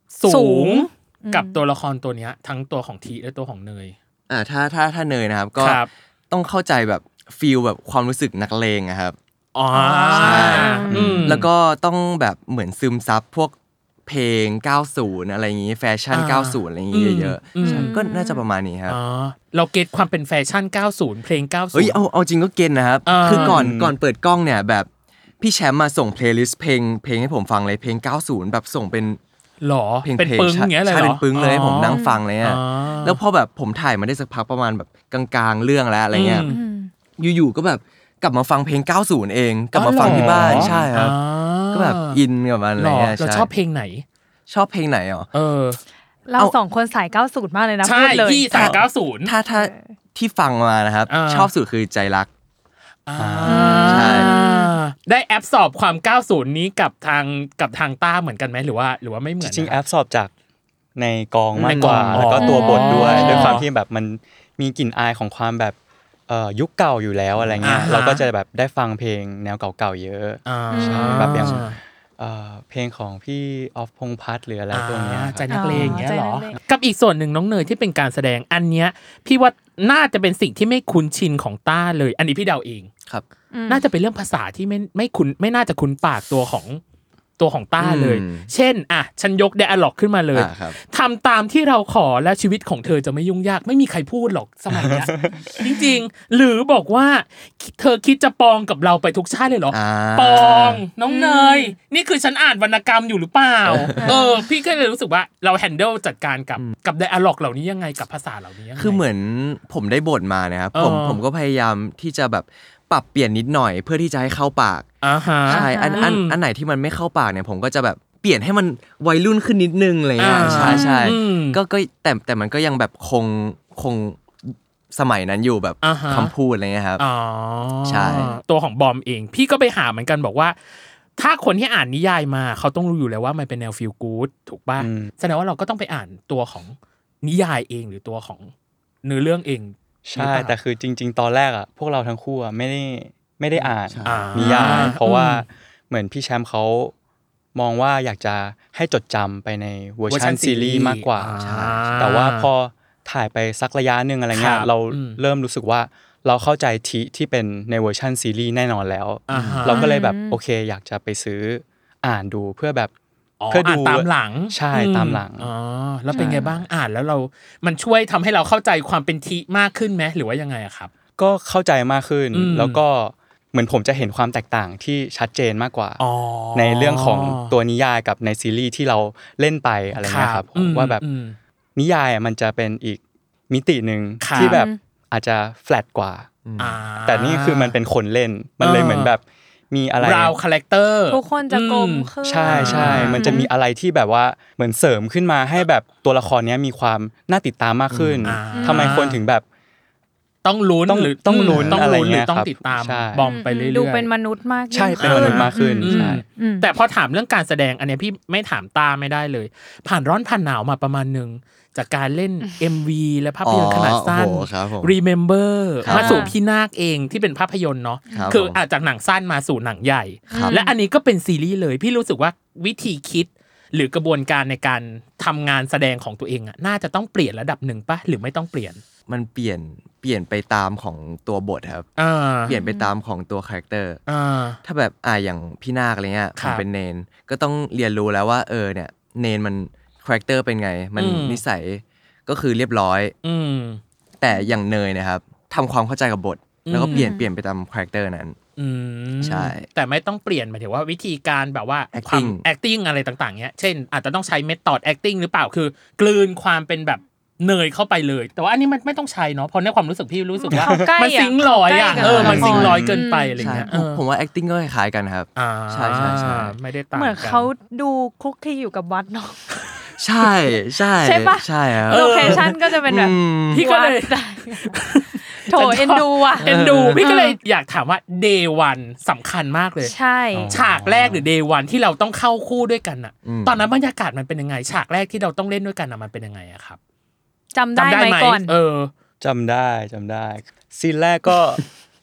สูงกับตัวละครตัวเนี้ยทั้งตัวของทีและตัวของเนยอ่าถ้าถ้าถ้าเนยนะครับก็ต้องเข้าใจแบบฟีลแบบความรู้สึกนักเลงอะครับอ๋อใช่แล้วก็ต้องแบบเหมือนซึมซับพวกเพลงเก้าสิบอะไรอย่างงี้แฟชั่นเก้าสิบอะไรอย่างงี้เยอะๆฉันก็น่าจะประมาณนี้ครับอ๋อเราเก็ทความเป็นแฟชั่นเก้าสิบเพลงเก้าสิบเฮ้ยเอาเอาจริงก็เก็ทนะครับคือก่อนก่อนเปิดกล้องเนี่ยแบบพี่แชมป์มาส่งเพลย์ลิสต์เพลงเพลงให้ผมฟังเลยเพลงเก้าสิบแบบส่งเป็นหรอเป็นปึ้งอย่างเงี้ยเลยเหรอใช่เป็นปึ้งเลยให้ผมนั่งฟังเลยอ่ะแล้วพอแบบผมถ่ายมาได้สักพักประมาณแบบกลางๆเรื่องแล้วอะไรเงี้ยอยู่ๆก็แบบกลับมาฟังเพลงเก้าสิบเองกลับมาฟังที่บ้านใช่ครับก็แบบอินกับมันอะไรเงี้ยเราชอบเพลงไหนชอบเพลงไหนอ๋อเออเราสองคนสายเก้าสิบมากเลยนะพูดเลยพี่สายเก้าสิบถ้าถ้าที่ฟังมานะครับชอบสุดคือใจรักใช่ได้แอปสอบความเก้าสิบนี้กับทางกับทางต้าเหมือนกันไหมหรือว่าหรือว่าไม่เหมือนจริงๆแอปสอบจากในกองมากกว่าแล้วก็ตัวบทด้วยด้วยความที่แบบมันมีกลิ่นอายของความแบบเอ่อยุคเก่าอยู่แล้วอะไรเงี้ยเราก็จะแบบได้ฟังเพลงแนวเก่าๆเยอะใช่แบบอย่างเอ่อเพลงของพี่ออฟพงษ์พัฒน์หรืออะไรพวกเนี้ยใจนักเลงเงี้ยหรอกับอีกส่วนหนึ่งน้องเนยที่เป็นการแสดงอันเนี้ยพี่ว่าน่าจะเป็นสิ่งที่ไม่คุ้นชินของต้าเลยอันนี้พี่เดาเองครับน่าจะเป็นเรื่องภาษาที่ไม่ไม่คุ้นไม่น่าจะคุ้นปากตัวของตัวของต้าเลยเช่นอ่ะฉันยกไดอะล็อกขึ้นมาเลยทำตามที่เราขอและชีวิตของเธอจะไม่ยุ่งยากไม่มีใครพูดหรอกสมัยนี้จริงๆหรือบอกว่าเธอคิดจะปองกับเราไปทุกชาติเลยเหรอปองน้องเนยนี่คือฉันอ่านวรรณกรรมอยู่หรือเปล่าเออพี่ก็เลยรู้สึกว่าเราแฮนเดิลจัดการกับกับไดอะล็อกเหล่านี้ยังไงกับภาษาเหล่านี้ยังไงคือเหมือนผมได้บทมานะครับผมผมก็พยายามที่จะแบบปรับเปลี่ยนนิดหน่อยเพื่อที่จะให้เข้าปากใช่อันอันอันไหนที่มันไม่เข้าปากเนี่ยผมก็จะแบบเปลี่ยนให้มันวัยรุ่นขึ้นนิดนึงอะไรเงี้ยใช่ใช่ก็ก็แต่แต่มันก็ยังแบบคงคงสมัยนั้นอยู่แบบคำพูดอะไรเงี้ยครับใช่ตัวของบอมเองพี่ก็ไปหาเหมือนกันบอกว่าถ้าคนที่อ่านนิยายมาเขาต้องรู้อยู่แล้วว่ามันเป็นแนวฟีลกู๊ดถูกป่ะแสดงว่าเราก็ต้องไปอ่านตัวของนิยายเองหรือตัวของเนื้อเรื่องเองใช่แต่คือจริงๆตอนแรกอ่ะพวกเราทั้งคู่อ่ะไม่ได้ไม่ได้อ่านนิยายเพราะว่าเหมือนพี่แชมป์เขามองว่าอยากจะให้จดจำไปในเวอร์ชันซีรีส์มากกว่าแต่ว่าพอถ่ายไปสักระยะนึงอะไรเงี้ยเราเริ่มรู้สึกว่าเราเข้าใจทีที่เป็นในเวอร์ชันซีรีส์แน่นอนแล้วเราก็เลยแบบโอเคอยากจะไปซื้ออ่านดูเพื่อแบบเพื่อดูตามหลังใช่ตามหลังอ๋อแล้วเป็นไงบ้างอ่านแล้วเรามันช่วยทำให้เราเข้าใจความเป็นทีมากขึ้นไหมหรือว่ายังไงอะครับก็เข้าใจมากขึ้นแล้วก็เหมือนผมจะเห็นความแตกต่างที่ชัดเจนมากกว่าในเรื่องของตัวนิยายกับในซีรีส์ที่เราเล่นไปอะไรเงี้ยครับผมว่าแบบนิยายมันจะเป็นอีกมิตินึงที่แบบอาจจะแฟลตกว่าแต่นี่คือมันเป็นคนเล่นมันเลยเหมือนแบบมีอะไรราวคาแรคเตอร์ทุกคนจะกลมขึ้นใช่ๆมันจะมีอะไรที่แบบว่าเหมือนเสริมขึ้นมาให้แบบตัวละครนี้มีความน่าติดตามมากขึ้นทำไมคนถึงแบบต้องลุ้นหรือต้องลุ้นอะไรเงี้ยต้องติดตามบอมไปเรื่อยๆดูเป็นมนุษย์มากใช่เป็นมนุษย์มากขึ้นใช่แต่พอถามเรื่องการแสดงอันนี้พี่ไม่ถามตาไม่ได้เลยผ่านร้อนผ่านหนาวมาประมาณนึงจากการเล่น เอ็ม วี และภาพยนตร์ขนาดสั้น Remember มาสู่พี่นาคเองที่เป็นภาพยนตร์เนาะคืออาจจากหนังสั้นมาสู่หนังใหญ่และอันนี้ก็เป็นซีรีส์เลยพี่รู้สึกว่าวิธีคิดหรือกระบวนการในการทำงานแสดงของตัวเองอ่ะน่าจะต้องเปลี่ยนระดับหนึ่งป่ะหรือไม่ต้องเปลี่ยนมันเปลี่ยนเปลี่ยนไปตามของตัวบทครับเปลี่ยนไปตามของตัวคาแรคเตอร์ถ้าแบบอ่าอย่างพี่นาคอะไรเงี้ยผมเป็นเนนก็ต้องเรียนรู้แล้วว่าเออเนี่ยเนนมันคาแรคเตอร์เป็นไงมันนิสัยก็คือเรียบร้อยแต่อย่างเนยนะครับทำความเข้าใจกับบทแล้วก็เปลี่ยนเปลี่ยนไปตามคาแรคเตอร์นั้นใช่แต่ไม่ต้องเปลี่ยนหมายถึงว่าวิธีการแบบว่าความ acting อะไรต่างๆเนี้ยเช่นอาจจะต้องใช้ method acting หรือเปล่าคือกลืนความเป็นแบบเนยเข้าไปเลยแต่ว่าอันนี้มันไม่ต้องใช้เนาะเพราะในความรู้สึกพี่รู้สึกว่ามันซิงค์ลอยอ่ะเออมันซิงค์ลอยเกินไปอะไรเงี้ยผมว่า acting ก็คล้ายๆกันครับใช่ๆๆไม่ได้ต่างกันเหมือนเขาดูคลุกคลีอยู่กับวัดเนาะใช่ใช่ใช่ปะใช่ครับโลเคชั่นก็จะเป็นแบบพี่ก็เลยโถเอ็นดูอ่ะเอ็นดูพี่ก็เลยอยากถามว่า day one สำคัญมากเลยใช่ฉากแรกหรือ day one ที่เราต้องเข้าคู่ด้วยกันอ่ะตอนนั้นบรรยากาศมันเป็นยังไงฉากแรกที่เราต้องเล่นด้วยกันอ่ะมันเป็นยังไงอะครับจำได้ไหมก่อนเออจำได้จำได้ซีนแรกก็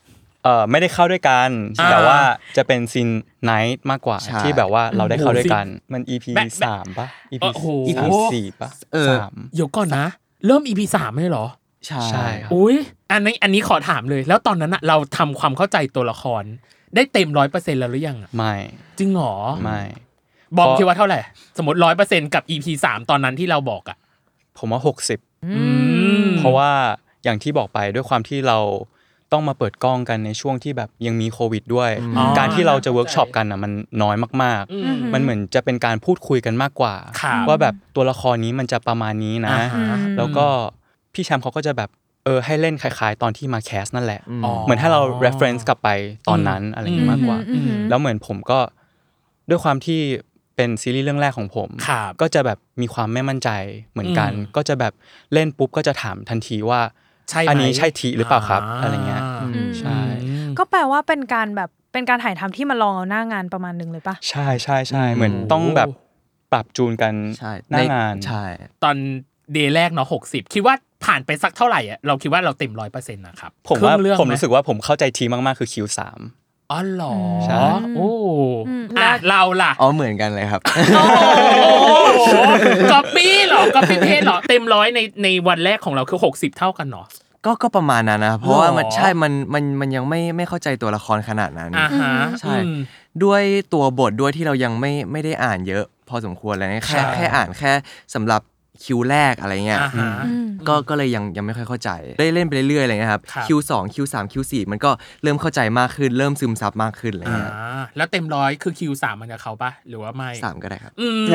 เอ่อไม่ได้เข้าด้วยกันแต่ว่าจะเป็นซีนไนท์มากกว่าที่แบบว่าเราได้เข้าด้วยกันมัน อี พี สามป่ะ อี พี อี พี สี่ป่ะสามเดี๋ยวก่อนนะเริ่ม อี พี สามมั้ยเหรอใช่ใช่ครับอุ๊ยอันนี้อันนี้ขอถามเลยแล้วตอนนั้นน่ะเราทำความเข้าใจตัวละครได้เต็ม ร้อยเปอร์เซ็นต์ แล้วหรือยังอ่ะไม่จริงเหรอไม่บอมคิดว่าเท่าไหร่สมมุติ ร้อยเปอร์เซ็นต์ กับ อี พี สามตอนนั้นที่เราบอกอ่ะผมว่าหกสิบอืมเพราะว่าอย่างที่บอกไปด้วยความที่เราต้องมาเปิดกล้องกันในช่วงที่แบบยังมีโควิดด้วยการที่เราจะเวิร์คช็อปกันน่ะมันน้อยมากๆมันเหมือนจะเป็นการพูดคุยกันมากกว่าว่าแบบตัวละครนี้มันจะประมาณนี้นะแล้วก็พี่แชมป์เขาก็จะแบบเออให้เล่นคล้ายๆตอนที่มาแคสนั่นแหละเหมือนถ้าเรา reference กลับไปตอนนั้นอะไรอย่างงี้มากกว่าแล้วเหมือนผมก็ด้วยความที่เป็นซีรีส์เรื่องแรกของผมก็จะแบบมีความไม่มั่นใจเหมือนกันก็จะแบบเล่นปุ๊บก็จะถามทันทีว่าอันนี้ใช่ทีหรือเปล่าครับอะไรเงี้ยใช่ก็แปลว่าเป็นการแบบเป็นการถ่ายทำที่มาลองเอาหน้างานประมาณนึงเลยป่ะใช่ใช่ใช่เหมือนต้องแบบปรับจูนกันหน้างานใช่ตอนเดย์แรกเนาะหกสิบคิดว่าผ่านไปสักเท่าไหร่อ่ะเราคิดว่าเราเต็ม ร้อยเปอร์เซ็นต์ นะครับผมว่าผมรู้สึกว่าผมเข้าใจทีมากๆคือ คิว สามอ๋อเหรอใช่โอ้อ่ะเราล่ะอ๋อเหมือนกันเลยครับโอ้ก๊อปปี้เหรอก๊อปปี้เพจเหรอเต็มร้อยในในวันแรกของเราคือหกสิบเท่ากันเนาะก็ก็ประมาณนั้นนะเพราะว่ามันใช่มันมันมันยังไม่ไม่เข้าใจตัวละครขนาดนั้นใช่ด้วยตัวบทด้วยที่เรายังไม่ไม่ได้อ่านเยอะพอสมควรเลยแค่แค่อ่านแค่สำหรับคิวแรกอะไรเงี้ยก็ก็เลยยังยังไม่ค่อยเข้าใจได้เล่นไปเรื่อยๆอะไรเงี้ยครับคิวสองคิวสามคิวสี่มันก็เริ่มเข้าใจมากขึ้นเริ่มซึมซับมากขึ้นอะไรเงี้ยแล้วเต็มร้อยคือคิวสามมันจะเขาป่ะหรือว่าไม่สามก็ได้ครับ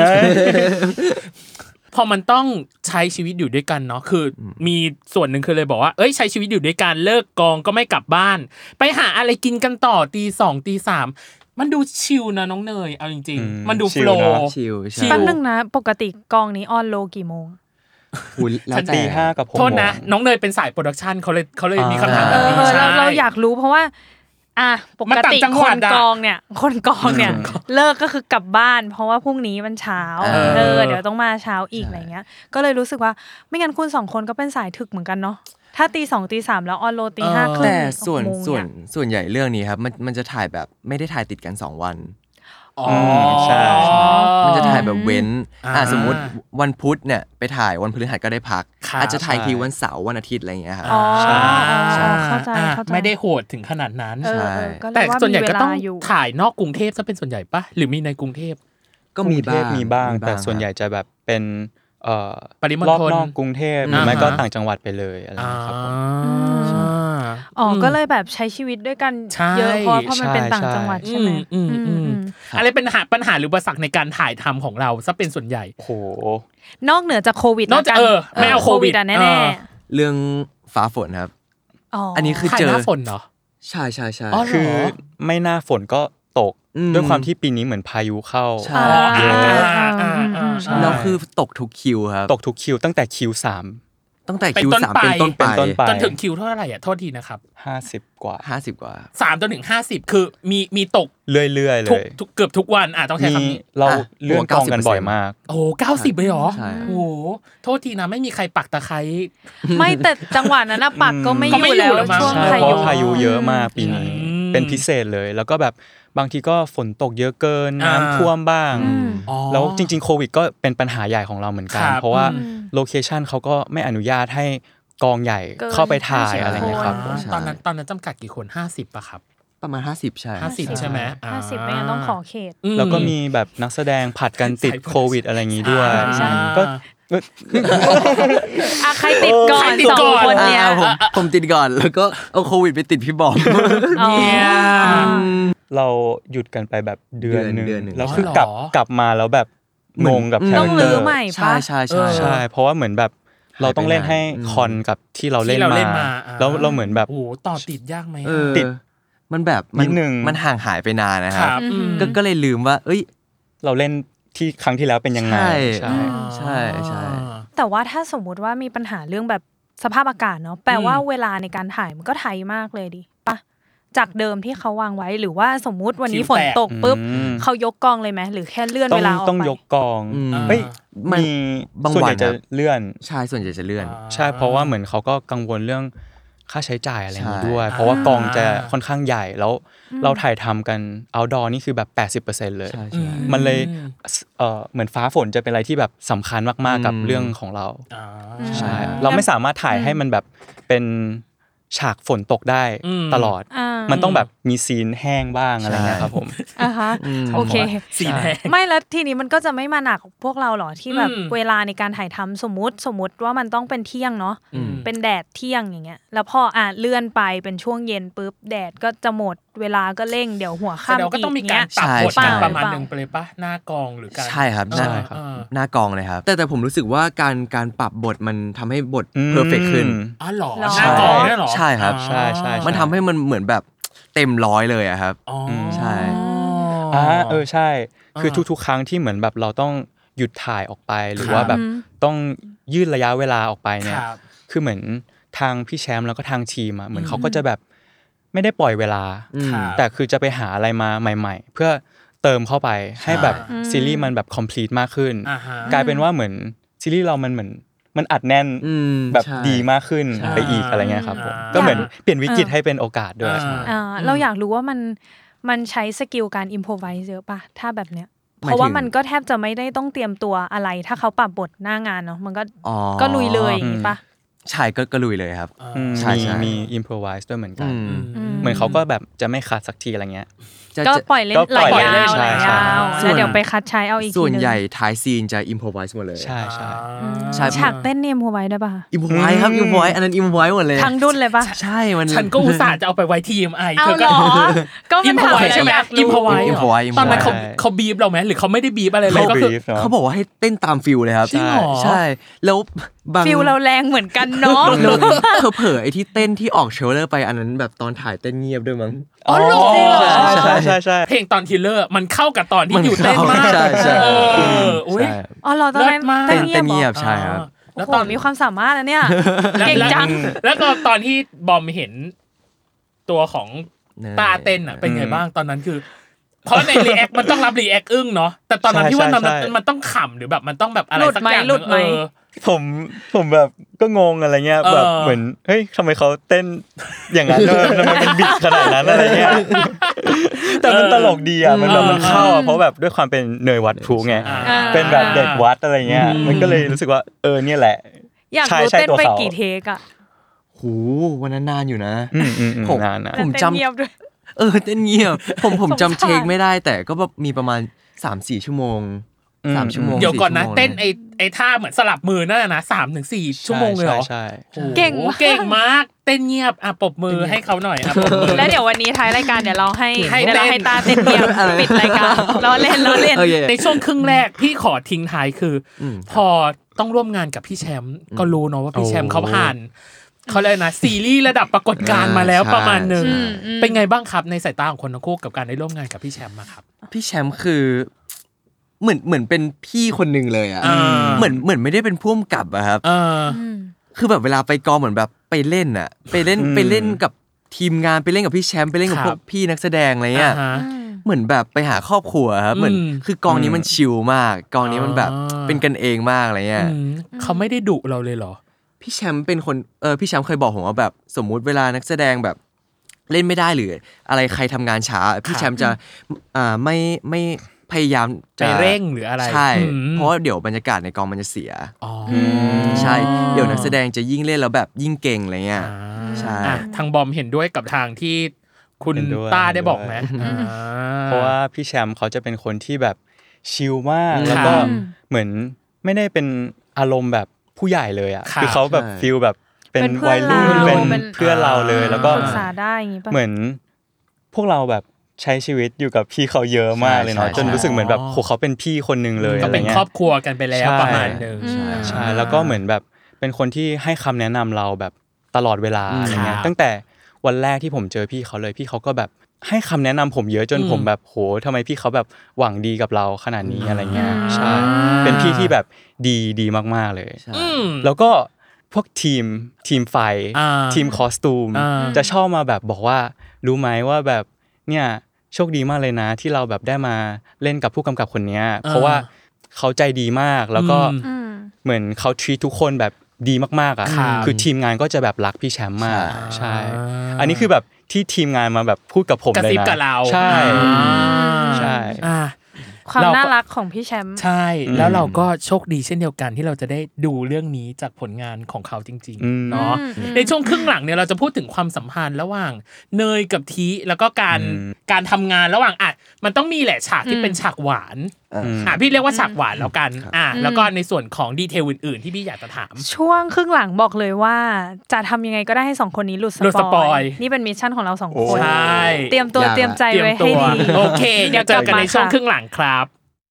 พอมันต้องใช้ชีวิตอยู่ด้วยกันเนาะคือมีส่วนหนึ่งคือเลยบอกว่าเอ้ยใช้ชีวิตอยู่ด้วยกันเลิกกองก็ไม่กลับบ้านไปหาอะไรกินกันต่อตีสองตีสามมันดูชิลนะน้องเนยเอาจริงๆมันดูโฟลว์ชิลใช่แป๊บนึงนะปกติกองนี้ออนโลกี่โมงแล้วตีห้ากับผมโทษนะน้องเนยเป็นสายโปรดักชันเขาเลยเขาเลยมีคำถามแบบนี้ใช่เราอยากรู้เพราะว่าอ่ะปกติคนกองเนี่ยคนกองเนี่ยเลิกก็คือกลับบ้านเพราะว่าพรุ่งนี้มันเช้าเออเดี๋ยวต้องมาเช้าอีกอะไรเงี้ยก็เลยรู้สึกว่าไม่งั้นคุณสองคนก็เป็นสายถึกเหมือนกันเนาะถ้าตีสองตีสามแล้วออนโลตีห้าครึ่งแต่ส่วนส่วนส่วนใหญ่เรื่องนี้ครับมันมันจะถ่ายแบบไม่ได้ถ่ายติดกันสองวันอ๋อใช่มันจะถ่ายแบบเว้นอ่ะสมมุติวันพุธเนี่ยไปถ่ายวันพฤหัสก็ได้พักอาจจะถ่ายทีวันเสาร์วันอาทิตย์อะไรอย่างเงี้ยครับใช่เข้าใจเข้าใจไม่ได้โหดถึงขนาดนั้นใช่แต่ส่วนใหญ่ก็ต้องถ่ายนอกกรุงเทพซะเป็นส่วนใหญ่ป่ะหรือมีในกรุงเทพก็มีบ้างมีบ้างแต่ส่วนใหญ่จะแบบเป็นเอ่อปริมณฑลรอบนอกกรุงเทพหรือไม่ก็ต่างจังหวัดไปเลยอะไรอย่างเงี้ยครับผมอ๋อก็เลยแบบใช้ชีวิตด้วยกันเยอะเพราะเพราะมันเป็นต่างจังหวัดใช่มั้ยอะไรเป็นปัญหาหรืออุปสรรคในการถ่ายทำของเราซะเป็นส่วนใหญ่โอ้โหนอกเหนือจากโควิดนะกันเออไม่เอาโควิดแน่ๆเรื่องฟ้าฝนครับอ๋ออันนี้คือเจอหน้าฝนเหรอใช่ๆๆคือไม่หน้าฝนก็ตกด้วยความที่ปีนี้เหมือนพายุเข้าเยอะแล้วคือตกทุกคิวครับตกทุกคิวตั้งแต่คิวสามตั้งแต่คิวสามเป็นต้นไปจนถึงคิวเท่าไหร่อ่ะโทษทีนะครับห้าสิบกว่าห้าสิบกว่าสามจนถึงห้าสิบคือมีมีตกเรื่อยๆเลยเกือบทุกวันอ่ะต้องใช้คำนี้เราเลื่อนกองกันบ่อยมากโอ้เก้าสิบเลยเหรอโอ้โทษทีนะไม่มีใครปักตะไคร้ไม่แต่จังหวะนั้นน่ะปักก็ไม่อยู่แล้วช่วงพายุพายุเยอะมากปีนี้เป็นพิเศษเลยแล้วก็แบบบางทีก็ฝนตกเยอะเกินน้ำท่วมบ้างแล้วจริงๆโควิดก็เป็นปัญหาใหญ่ของเราเหมือนกันเพราะว่าโลเคชั่นเขาก็ไม่อนุญาตให้กองใหญ่เข้าไปถ่ายอะไรเงี้ยครับตอนนั้นตอนนั้นจำกัดกี่คนห้าสิบป่ะครับประมาณห้าสิบใช่ห้าสิบใช่มั้ยห้าสิบไม่งั้นต้องขอเขตแล้วก็มีแบบนักแสดงผัดกันติดโควิดอะไรงี้ด้วยก็อ่ะใครติดก่อนสองคนเนี่ยผมผมติดก่อนแล้วก็เอาโควิดไปติดพี่บอมเนี่ยเราหยุดกันไปแบบเดือนนึงแล้วคือกลับกลับมาแล้วแบบงงกับคาแรคเตอร์ใช่ๆๆใช่เพราะว่าเหมือนแบบเราต้องเล่นให้คอนกับที่เราเล่นมาแล้วเราเหมือนแบบโอ้ต่อติดยากมั้ยติดมันแบบมันมันห่างหายไปนานนะครับก็ก็เลยลืมว่าเอ้ยเราเล่นที่ครั้งที่แล้วเป็นยังไงใช่ใช่ใช่แต่ว่าถ้าสมมุติว่ามีปัญหาเรื่องแบบสภาพอากาศเนาะแปลว่าเวลาในการถ่ายมันก็ไทยมากเลยดิป่ะจากเดิมที่เขาวางไว้หรือว่าสมมุติวันนี้ฝนตกปุ๊บเขายกกองเลยมั้ยหรือแค่เลื่อนเวลาออกไปต้องยกกองเฮ้ยมีบางวันจะเลื่อนใช่ส่วนใหญ่จะเลื่อนใช่เพราะว่าเหมือนเขาก็กังวลเรื่องค่าใช้จ่ายอะไรอย่างนี้ด้วยเพราะว่ากองจะค่อนข้างใหญ่แล้วเราถ่ายทำกัน outdoor นี่คือแบบ แปดสิบเปอร์เซ็นต์ เลยมันเลยเอ่อเหมือนฟ้าฝนจะเป็นอะไรที่แบบสำคัญมากๆกับเรื่องของเราใช่เราไม่สามารถถ่ายให้มันแบบเป็นฉากฝนตกได้ตลอดมันต้องแบบมีซีนแห้งบ้างอะไรเงี้ยครับผมอ่าฮะโอเคซีนแห้งไม่แล้วทีนี้มันก็จะไม่มาหนักพวกเราหรอที่แบบเวลาในการถ่ายทำสมมุติสมมุติว่ามันต้องเป็นเที่ยงเนาะเป็นแดดเที่ยงอย่างเงี้ยแล้วพออ่ะเลื่อนไปเป็นช่วงเย็นปุ๊บแดดก็จะหมดเวลาก็เร่งเดี๋ยวหัวค่ำอีกก็ต้องมีการปรับบทกันประมาณนึงไปเลยป่ะหน้ากองหรือการใช่ครับใช่ครับหน้ากองเลยครับแต่แต่ผมรู้สึกว่าการการปรับบทมันทำให้บทเพอร์เฟคขึ้นอ๋อเหรอหน้ากองเนี่ยเหรอใช่ครับใช่ใช่มันทำให้มันเหมือนแบบเต็มร้อยเลยอะครับใช่อ่าเออใช่คือทุกๆครั้งที่เหมือนแบบเราต้องหยุดถ่ายออกไปหรือว่าแบบต้องยืดระยะเวลาออกไปเนี่ยคือเหมือนทางพี่แชมป์แล้วก็ทางทีมอะเหมือนเขาก็จะแบบไม่ได้ปล่อยเวลาแต่คือจะไปหาอะไรมาใหม่ๆเพื่อเติมเข้าไปให้แบบซีรีส์มันแบบ complete มากขึ้นกลายเป็นว่าเหมือนซีรีส์เรามันเหมือนมันอัดแน่นแบบดีมากขึ้นไปอีกอะไรเงี้ยครับผมก็เหมือนเปลี่ยนวิกฤตให้เป็นโอกาสด้วยอ่าเราอยากรู้ว่ามันมันใช้สกิลการอิมโพรไวส์เยอะป่ะถ้าแบบเนี้ยเพราะว่ามันก็แทบจะไม่ได้ต้องเตรียมตัวอะไรถ้าเขาปรับบทหน้างานเนาะมันก็ก็ลุยเลยอย่างงี้ป่ะใช่ก็ลุยเลยครับใช่มีอิมโพรไวส์ด้วยเหมือนกันเหมือนเขาก็แบบจะไม่คัดสักทีอะไรเงี้ยก็ปล่อยเล่นหลายยาวหลายยาวแล้วเดี๋ยวไปคัดใช้เอาอีกทีนึงส่วนใหญ่ท้ายซีนจะอิมโพรไวส์หมดเลยใช่ใช่ฉากเต้นอิมโพรไวส์ได้ป่ะอิมโพรไวส์ครับอิมโพรไวส์อันนั้นอิมโพรไวส์หมดเลยทั้งดุนเลยป่ะใช่มันฉันก็อุตส่าห์จะเอาไปไว้ที เอ็ม ไอเธอก็ก็มันถามอะไรอยากอิมโพรไวส์ตอนนั้นเขาเขาบีฟเรามั้ยหรือเขาไม่ได้บีฟอะไรเลยก็คือเขาบอกว่าให้เต้นตามฟิลเลยครับใช่แล้วบางฟิลเราแรงเหมือนกันเนาะเผลอๆไอ้ที่เต้นที่ออกเทรลเลอร์ไปอันนั้นแบบตอนถ่ายเต้นเงียบด้วยมั้งอ๋อเหรอใช่ใช่ใช่เพลงตอนทีเลอร์มันเข้ากับตอนที่อยู่เต้นมากใช่ใช่เอออุ้ยอ๋อเหรอตอนนั้นเต้นเงียบใช่ครับแล้วตอนมีความสามารถนะเนี่ยเก่งจังแล้วก็ตอนที่บอมเห็นตัวของตาเต้นอ่ะเป็นไงบ้างตอนนั้นคือเพราะในรีแอคมันต้องรับรีแอคอึ้งเนาะแต่ตอนนั้นพี่ว่ามันมันต้องขำหรือแบบมันต้องแบบอะไรสักอย่างหลุดมั้ยผมผมแบบก็งงอะไรเงี้ยแบบเหมือนเฮ้ยทำไมเขาเต้นอย่างนั้นด้วยทำไมมันบิดขนาดนั้นอะไรเงี้ยแต่มันตลกดีอ่ะมันแบบมันเข้าเพราะแบบด้วยความเป็นเนยวัดพลูไงเป็นแบบเด็กวัดอะไรเงี้ยมันก็เลยรู้สึกว่าเออเนี่ยแหละอยากรู้เต้นไปกี่เทคอ่ะโหวันนั้นนานอยู่นะผมนานนะผมจำเออเต้นเงียบผมผมจำเทคไม่ได้แต่ก็แบบมีประมาณ สามถึงสี่ ชั่วโมงสามชั่วโมงเดี๋ยวก่อนนะเต้นไอ้ไอ้ท่าเหมือนสลับมือนั่นนะ สามถึงสี่ ชั่วโมงเลยเหรอใช่ๆเก่งเก่งมากเต้นเงียบอ่ะปรบมือให้เขาหน่อยอ่ะปรบมือแล้วเดี๋ยววันนี้ท้ายรายการเดี๋ยวเราให้เดี๋ยวเราให้ตาเต้นเงียบปิดรายการล้อเล่นล้อเล่นในช่วงครึ่งแรกพี่ขอทิ้งท้ายคือพอต้องร่วมงานกับพี่แชมป์ก็รู้เนาะว่าพี่แชมป์เขาผ่านเขาเลยนะซีรีส์ระดับปรากฏการณ์มาแล้วประมาณนึงเป็นไงบ้างครับในสายตาของคนทั้งคู่กับการได้ร่วมงานกับพี่แชมป์มาครับพี่แชมป์คือเหมือนเหมือนเป็นพี่คนนึงเลยอ่ะเหมือนเหมือนไม่ได้เป็นผู้กำกับอะครับคือแบบเวลาไปกองเหมือนแบบไปเล่นอ่ะไปเล่นไปเล่นกับทีมงานไปเล่นกับพี่แชมป์ไปเล่นกับพวกพี่นักแสดงอะไรเงี้ยเหมือนแบบไปหาครอบครัวครับเหมือนคือกองนี้มันชิลมากกองนี้มันแบบเป็นกันเองมากอะไรเงี้ยเขาไม่ได้ดุเราเลยเหรอพี่แชมป์เป็นคนเออพี่แชมป์เคยบอกผมว่าแบบสมมุติเวลานักแสดงแบบเล่นไม่ได้หรืออะไรใครทำงานช้าพี่แชมป์จะอ่าไม่ไม่พยายามจะเร่งหรืออะไรใช่เพราะเดี๋ยวบรรยากาศในกองมันจะเสียอ๋อใช่เดี๋ยวนักแสดงจะยิ่งเล่นแล้วแบบยิ่งเก่งอะไรเงี้ยใช่ทางบอมเห็นด้วยกับทางที่คุณต้าได้บอกไหมเพราะว่าพี่แชมป์เขาจะเป็นคนที่แบบชิลมากแล้วก็เหมือนไม่ได้เป็นอารมณ์แบบผู้ใหญ่เลยอ่ะคือเขาแบบฟีลแบบเป็นวัยรุ่นเป็นเพื่อนเราเลยแล้วก็ปรึกษาได้อย่างงี้ป่ะเหมือนพวกเราแบบใช้ชีวิตอยู่กับพี่เขาเยอะมากเลยเนาะจนรู้สึกเหมือนแบบโหเขาเป็นพี่คนนึงเลยอะไรเงี้ยก็เป็นครอบครัวกันไปแล้วประมาณนึงใช่แล้วก็เหมือนแบบเป็นคนที่ให้คำแนะนำเราแบบตลอดเวลาอะไรเงี้ยตั้งแต่วันแรกที่ผมเจอพี่เขาเลยพี่เขาก็แบบให้คำแนะนำผมเยอะจนผมแบบโหทำไมพี่เขาแบบหวังดีกับเราขนาดนี้อะไรเงี้ยใช่เป็นพี่ที่แบบดีดีมากๆเลยแล้วก็พวกทีมทีมไฟทีมคอสตูมจะชอบมาแบบบอกว่ารู้ไหมว่าแบบเนี่ยโชคดีมากเลยนะที่เราแบบได้มาเล่นกับผู้กำกับคนนี้เพราะว่าเขาใจดีมากแล้วก็เหมือนเขาทรีททุกคนแบบดีมากๆอ่ะคือทีมงานก็จะแบบรักพี่แชมป์มากใช่อันนี้คือแบบที่ทีมงานมาแบบพูดกับผมเลยนะใช่ใช่ความน่ารักของพี่แชมป์ใช่แล้วเราก็โชคดีเช่นเดียวกันที่เราจะได้ดูเรื่องนี้จากผลงานของเขาจริงๆเนาะในช่วงครึ่งหลังเนี่ยเราจะพูดถึงความสัมพันธ์ระหว่างเนยกับทีแล้วก็การการทำงานระหว่างอ่ะมันต้องมีแหละฉากที่เป็นฉากหวานอ่ะพี่เรียกว่าฉากหวานแล้วกันอ่ะแล้วก็ในส่วนของดีเทลอื่นๆที่พี่อยากจะถามช่วงครึ่งหลังบอกเลยว่าจะทำยังไงก็ได้ให้สองคนนี้หลุดสปอยนี่เป็นมิชชั่นของเราสองคนเตรียมตัวเตรียมใจไว้ให้ดีโอเคเดี๋ยวเจอกันในช่วงครึ่งหลังครับ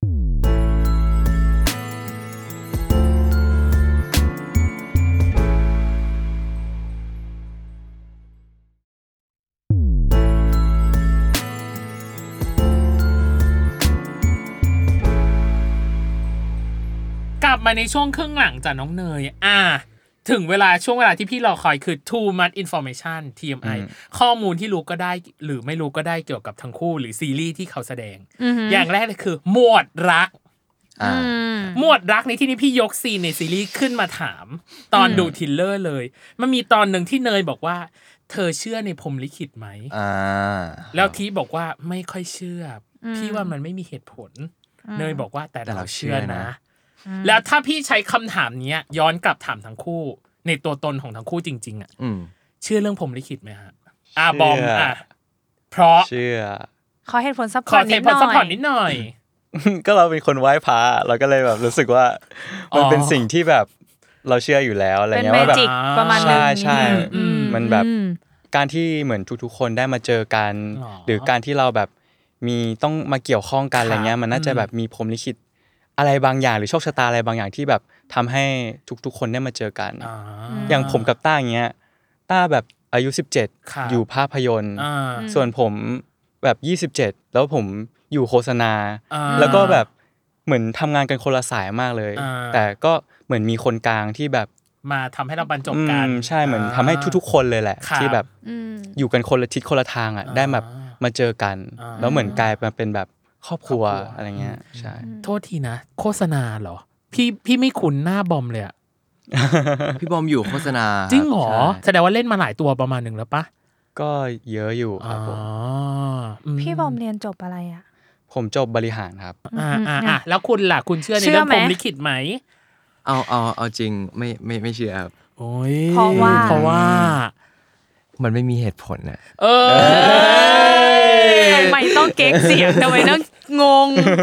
กลับมาในช่วงครึ่งหลังจากน้องเนยอ่ะถึงเวลาช่วงเวลาที่พี่รอคอยคือ too much information ที เอ็ม ไอ ข้อมูลที่รู้ก็ได้หรือไม่รู้ก็ได้เกี่ยวกับทั้งคู่หรือซีรีส์ที่เขาแสดงอย่างแรกเลยคือหมวดรักหมวดรักในที่นี้พี่ยกซีนในซีรีส์ขึ้นมาถามตอนดูทิลเลอร์เลยมันมีตอนหนึ่งที่เนยบอกว่าเธอเชื่อในพรหมลิขิตไหมแล้วทีบอกว่าไม่ค่อยเชื่อพี่ว่ามันไม่มีเหตุผลเนยบอกว่าแต่เราเชื่อนะแล้วถ้าพี่ใช้คำถามนี้ย้อนกลับถามทั้งคู่ในตัวตนของทั้งคู่จริงๆอ่ะเชื่อเรื่องพรหมลิขิตไหมฮะอ่าบอมอ่ะเพราะเชื่อขอเหตุผลซัพพอร์ตนิดหน่อยขอเหตุผลซัพพอร์ตนิดหน่อยก็เราเป็นคนไหว้พระเราก็เลยแบบรู้สึกว่ามันเป็นสิ่งที่แบบเราเชื่ออยู่แล้วอะไรเงี้ยว่าแบบประมาณนึงใช่ๆมันแบบการที่เหมือนทุกๆคนได้มาเจอกันหรือการที่เราแบบมีต้องมาเกี่ยวข้องกันอะไรเงี้ยมันน่าจะแบบมีพรหมลิขิตอะไรบางอย่างหรือโชคชะตาอะไรบางอย่างที่แบบทำให้ทุกๆคนได้มาเจอกันอย่างผมกับต้าอย่างเงี้ยต้าแบบอายุสิบเจ็ดอยู่ภาพยนตร์ส่วนผมแบบยี่สิบเจ็ดแล้วผมอยู่โฆษณาแล้วก็แบบเหมือนทำงานกันคนละสายมากเลยแต่ก็เหมือนมีคนกลางที่แบบมาทำให้เราบรรจบกันใช่เหมือนทำให้ทุกๆคนเลยแหละที่แบบอยู่กันคนละทิศคนละทางอ่ะได้แบบมาเจอกันแล้วเหมือนกลายมาเป็นแบบครอบครัวอะไรเงี้ยใช่โทษทีนะโฆษณาเหรอพี่พี่ไม่คุ้นหน้าบอมเลยอ่ะพี่บอมอยู่โฆษณาจริงเหรอแสดงว่าเล่นมาหลายตัวประมาณหนึ่งแล้วปะก็เยอะอยู่ครับผมพี่บอมเรียนจบอะไรอ่ะผมจบบริหารครับอ่าอ่าแล้วคุณล่ะคุณเชื่อในเรื่องพรหมลิขิตไหมเอาเอาเอาจริงไม่ไม่ไม่เชื่อครับโอ้ยเพราะว่าเพราะว่ามันไม่มีเหตุผลน่ะเออทำไมต้องเก๊กเสียงทำไมต้องงง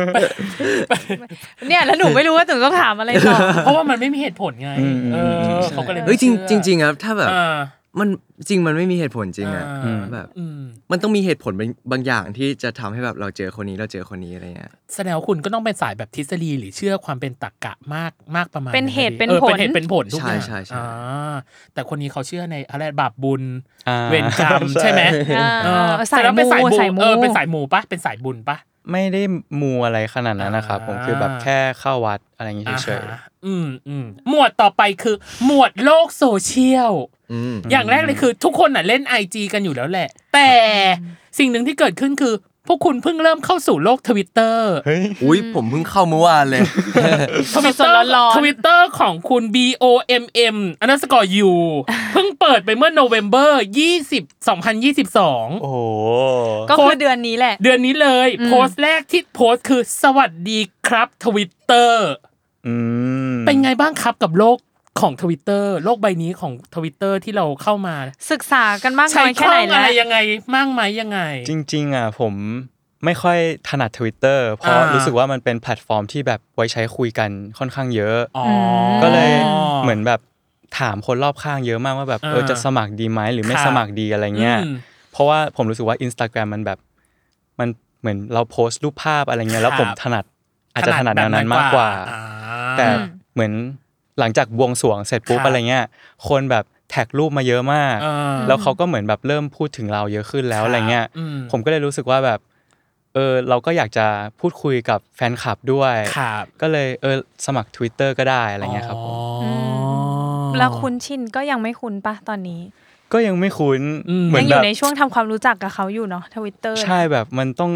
เนี่ยแล้วหนูไม่รู้ว่าถึงต้องถามอะไรต่อเพราะว่ามันไม่มีเหตุผลไงเออเขาก็เลยเฮ้ยจริงจริงครับถ้าแบบมันจริงมันไม่มีเหตุผลจริงอ่ะแบบมันต้องมีเหตุผลบางอย่างที่จะทำให้แบบเราเจอคนนี้เราเจอคนนี้อะไรเงี้ยแสดงว่าคุณก็ต้องเป็นสายแบบทฤษฎีหรือเชื่อความเป็นตรรกะมากมากประมาณเป็นเหตุเป็นผลเป็นเหตุเป็นผลทุกอย่างใช่ใช่แต่คนนี้เขาเชื่อในอะไรบาปบุญเวรกรรมใช่ไหมสายมูสายมูเออเป็นสายมูปะเป็นสายบุญปะไม่ได้มูอะไรขนาดนั้นนะครับผมคือแบบแค่เข้าวัดอะไรอย่างงี้เฉยๆอืมอืมหมวดต่อไปคือหมวดโลกโซเชียลอย่างแรกเลยคือทุกคนน่ะเล่น ไอ จี กันอยู่แล้วแหละแต่สิ่งหนึ่งที่เกิดขึ้นคือพวกคุณเพิ่งเริ่มเข้าสู่โลก Twitter เฮ้ยอุ๊ยผมเพิ่งเข้าเมื่อวานเลย Twitter Twitter ของคุณ บี โอ เอ็ม เอ็ม underscore u เพิ่งเปิดไปเมื่อ November ยี่สิบ สองพันยี่สิบสองโอ้โหก็คือเดือนนี้แหละเดือนนี้เลยโพสต์แรกที่โพสต์คือสวัสดีครับ Twitter อืมเป็นไงบ้างครับกับโลกของ Twitter โลกใบนี้ของ Twitter ที่เราเข้ามาศึกษากันมากน้อยแค่ไหนแล้วอะไรยังไงมากมั้ยยังไงจริงๆอ่ะผมไม่ค่อยถนัด Twitter เพราะรู้สึกว่ามันเป็นแพลตฟอร์มที่แบบไว้ใช้คุยกันค่อนข้างเยอะก็เลยเหมือนแบบถามคนรอบข้างเยอะมากว่าแบบเออจะสมัครดีไหมหรือไม่สมัครดีอะไรเงี้ยเพราะว่าผมรู้สึกว่า Instagram มันแบบมันเหมือนเราโพสต์รูปภาพอะไรเงี้ยแล้วผมถนัดอาจจะถนัดแนวนั้นมากกว่าแต่เหมือนหลังจากบวงสรวงเสร็จปุ๊บอะไรเงี้ยคนแบบแท็กรูปมาเยอะมากแล้วเขาก็เหมือนแบบเริ่มพูดถึงเราเยอะขึ้นแล้วอะไรเงี้ยผมก็เลยรู้สึกว่าแบบเออเราก็อยากจะพูดคุยกับแฟนคลับด้วยก็เลยเออสมัคร Twitter ก็ได้อะไรเงี้ยครับผมแล้วคุ้นชินก็ยังไม่คุ้นปะตอนนี้ก็ยังไม่คุ้นเหมือนอยู่ในช่วงทำความรู้จักกับเขาอยู่เนาะ Twitter ใช่แบบมันต้อง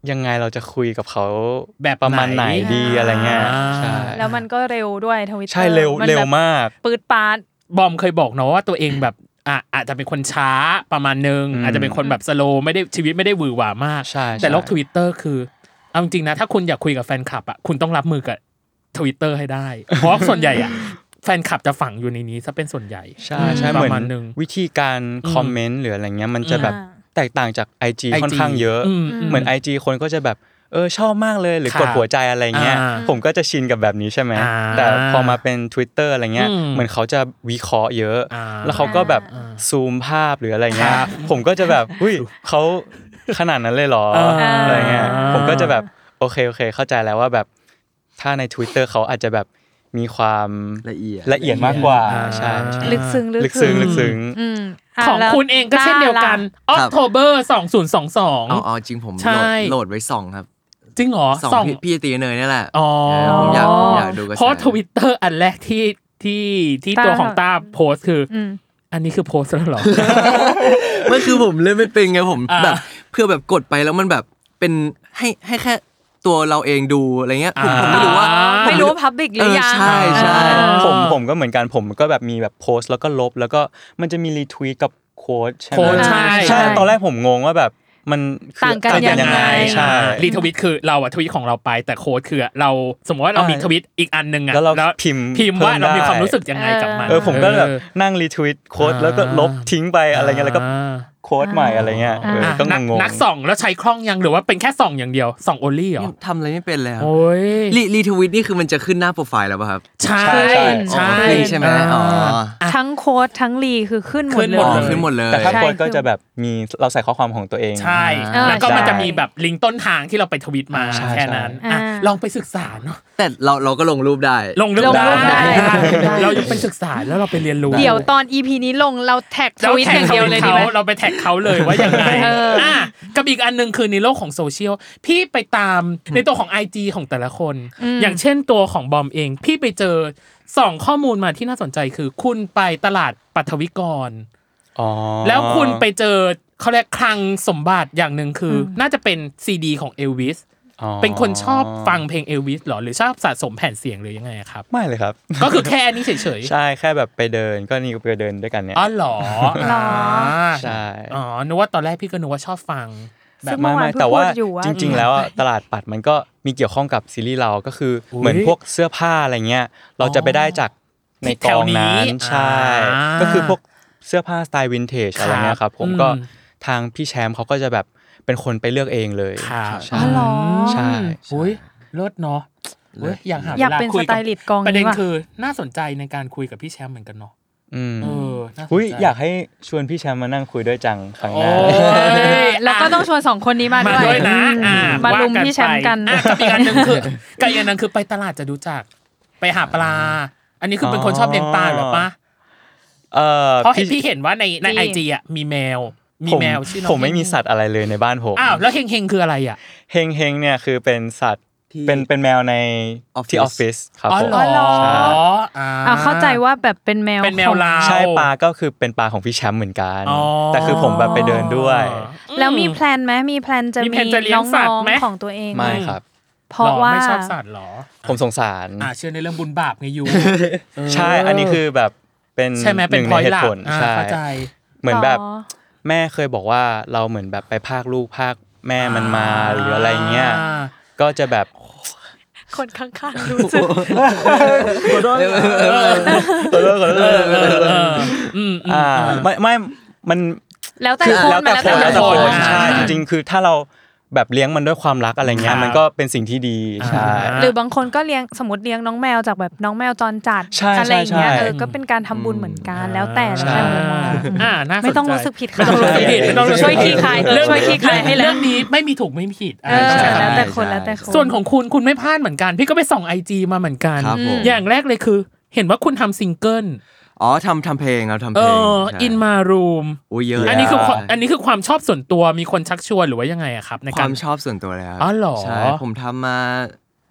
ยังไงเราจะคุยกับเขาแบบประมาณไหนดีอะไรเงี้ยใช่แล้วมันก็เร็วด้วย Twitter ใช่เร็วเร็วมากปืดปาดบอมเคยบอกเนาะว่าตัวเองแบบอ่ะอาจจะเป็นคนช้าประมาณนึงอาจจะเป็นคนแบบสโลว์ไม่ได้ชีวิตไม่ได้หวือหวามากแต่โลก Twitter คือเอาจริงๆนะถ้าคุณอยากคุยกับแฟนคลับอ่ะคุณต้องรับมือกับ Twitter ให้ได้เพราะส่วนใหญ่อ่ะแฟนคลับจะฝังอยู่ในนี้ซะเป็นส่วนใหญ่ใช่ใช่เหมือนวิธีการคอมเมนต์หรืออะไรเงี้ยมันจะแบบแตกต่างจาก ไอ จี ค่อนข้างเยอะเหมือน ไอ จี คนก็จะแบบเออชอบมากเลยหรือกดหัวใจอะไรเงี้ยผมก็จะชินกับแบบนี้ใช่ไหมแต่พอมาเป็น Twitter อะไรเงี้ยเหมือนเขาจะวิเคราะห์เยอะแล้วเขาก็แบบซูมภาพหรืออะไรเงี้ยผมก็จะแบบอุ้ยเขาขนาดนั้นเลยเหรออะไรเงี้ยผมก็จะแบบโอเคโอเคเข้าใจแล้วว่าแบบถ้าใน Twitter เขาอาจจะแบบมีความละเอียดละเอียดมากกว่าใช่ลึกซึ้งลึกซึ้งลึกซึ้งของคุณเองก็เช่นเดียวกัน October สองพันยี่สิบสองอ๋อจริงผมโหลดไว้ส่องครับจริงเหรอส่องพี่ตีเนยนี่แหละอ๋อผมอยากอยากดูกระแสเพราะ Twitter อันแรกที่ที่ที่ตัวของต้าโพสคืออันนี้คือโพสแล้วเหรอมันคือผมเล่นไม่เป็นไงผมแบบเพื่อแบบกดไปแล้วมันแบบเป็นให้ให้แค่ตัวเราเองดูอะไรเงี้ยผมไม่รู้ว่าไม่รู้ว่า public หรือยังใช่ใช่ผมผมก็เหมือนกันผมก็แบบมีแบบโพสแล้วก็ลบแล้วก็มันจะมีรีทวีตกับโค้ดใช่มั้ยใช่ใช่ตอนแรกผมงงว่าแบบมันต่างกันยังไงใช่รีทวีตคือเราอ่ะทวีตของเราไปแต่โค้ดคือเราสมมติว่าเรามีทวีตอีกอันนึงอ่ะแล้วพิมพ์พิมพ์ว่าเรามีความรู้สึกยังไงกับมันเออผมก็แบบนั่งรีทวีตโค้ดแล้วก็ลบทิ้งไปอะไรเงี้ยแล้วก็โค้ดใหม่อะไรเงี้ยก็งงๆนักส่องแล้วใช้คล่องยังหรือว่าเป็นแค่ส่องอย่างเดียวส่อง only เหรอทำอะไรไม่เป็นแล้วโอ้ยรีทวีตนี่คือมันจะขึ้นหน้าโปรไฟล์แล้วป่ะครับใช่ใช่ใช่มั้ยอ๋อทั้งโค้ดทั้งรีคือขึ้นหมดเลยขึ้นหมดเลยแต่ถ้าโค้ดก็จะแบบมีเราใส่ข้อความของตัวเองใช่แล้วก็มันจะมีแบบลิงก์ต้นทางที่เราไปทวีตมาแค่นั้นอ่ะลองไปศึกษาเนาะแต่เราเราก็ลงรูปได้ลงรูปได้เรายังไปศึกษาแล้วเราไปเรียนรู้เดี๋ยวตอน อี พี นี้ลงเราแท็กทวีตอย่างเดียวเลยดีมั้ยเราไปแท็กเขาเลยว่ายังไงอ่ะกับอีกอันนึงคือในโลกของโซเชียลพี่ไปตามในตัวของ ไอ จี ของแต่ละคนอย่างเช่นตัวของบอมเองพี่ไปเจอส่องข้อมูลมาที่น่าสนใจคือคุณไปตลาดปัทวิกรอ๋อแล้วคุณไปเจอเขาเรียกคลังสมบัติอย่างนึงคือน่าจะเป็นซีดีของเอลวิสเป็นคนชอบฟังเพลงเอลวิสหรอหรือชอบสะสมแผ่นเสียงหรือยังไงครับไม่เลยครับก็คือแค่นี้เฉยๆใช่แค่แบบไปเดินก็นี่ก็ไปเดินด้วยกันเนี่ยอ๋อเหรอใช่อ๋อนึกว่าตอนแรกพี่ก็นึกว่าชอบฟังแบบไม่ไม่แต่ว่าจริงๆแล้วตลาดปัดมันก็มีเกี่ยวข้องกับซีรีส์เราก็คือเหมือนพวกเสื้อผ้าอะไรเงี้ยเราจะไปได้จากในกองนั้นใช่ก็คือพวกเสื้อผ้าสไตล์วินเทจอะไรเงี้ยครับผมก็ทางพี่แชมป์เขาก็จะแบบเป็นคนไปเลือกเองเลยใช่ใช่อุ้ยเลิศเนาะเฮ้ยอยากหาเวลาคุยกับประเด็นคือน่าสนใจในการคุยกับพี่แชมป์เหมือนกันเนาะอืมเอออุ๊ยอยากให้ชวนพี่แชมป์มานั่งคุยด้วยจังครั้งหน้าแล้วก็ต้องชวนสองคนนี้มาด้วยนะมาลุมพี่แชมป์กันกับอีกอันนึงคือกับอีกอันนึงคือไปตลาดจะรู้จักไปหาปลาอันนี้คือเป็นคนชอบเลี้ยงปลาหรือปะเออเพราะเห็นพี่เห็นว่าในใน ไอ จี อ่ะมีแมวมีแมวชื่อน้องผมไม่มีสัตว์อะไรเลยในบ้านผมอ้าวแล้วเฮงๆคืออะไรอ่ะเฮงๆเนี่ยคือเป็นสัตว์เป็นเป็นแมวในที่ออฟฟิศครับผมอ๋อเหรออ่าเข้าใจว่าแบบเป็นแมวเป็นแมวลาวใช่ปลาก็คือเป็นปลาของพี่แชมป์เหมือนกันแต่คือผมแบบไปเดินด้วยแล้วมีแพลนมั้ยมีแพลนจะมีน้องๆของตัวเองไม่ครับเพราะว่าไม่ชอบสัตว์หรอผมสงสารอ่าเชื่อในเรื่องบุญบาปไงยูใช่อันนี้คือแบบเป็นหนึ่งในเหตุผลใช่เหมือนแบบแม่เคยบอกว่าเราเหมือนแบบไปพากลูกพากแม่มันมาหรืออะไรเงี้ยก็จะแบบคนข้างๆรู้สึกขอโทษขอโทษขอโทษอืมอ่าไม่ไม่มันแล้วแต่คนแล้วแต่คนแล้วแต่คนใช่จริงๆคือถ้าเราแบบเลี้ยงมันด้วยความรักอะไรเงี้ยมันก็เป็นสิ่งที่ดีใช่หรือบางคนก็เลี้ยงสมมติเลี้ยงน้องแมวจากแบบน้องแมวจรจัดอะไรเงี้ยเออก็เป็นการทำบุญเหมือนกันแล้วแต่แล้วแต่มุมมองไม่ต้องรู้สึกผิดค่ะช่วยขี้คายช่วยขี้คายให้เรื่องนี้ไม่มีถูกไม่มีผิดแล้วแต่คนแล้วแต่คนส่วนของคุณคุณไม่พลาดเหมือนกันพี่ก็ไปส่อง ไอ จี มาเหมือนกันอย่างแรกเลยคือเห็นว่าคุณทำซิงเกิลอ๋อทำทำเพลงครับทำเพลงเออ In My Room อุ้ยเยอะอันนี้คืออันนี้คือความชอบส่วนตัวมีคนชักชวนหรือว่ายังไงอะครับในความชอบส่วนตัวเลยครับอ๋อเหรอใช่ผมทำมา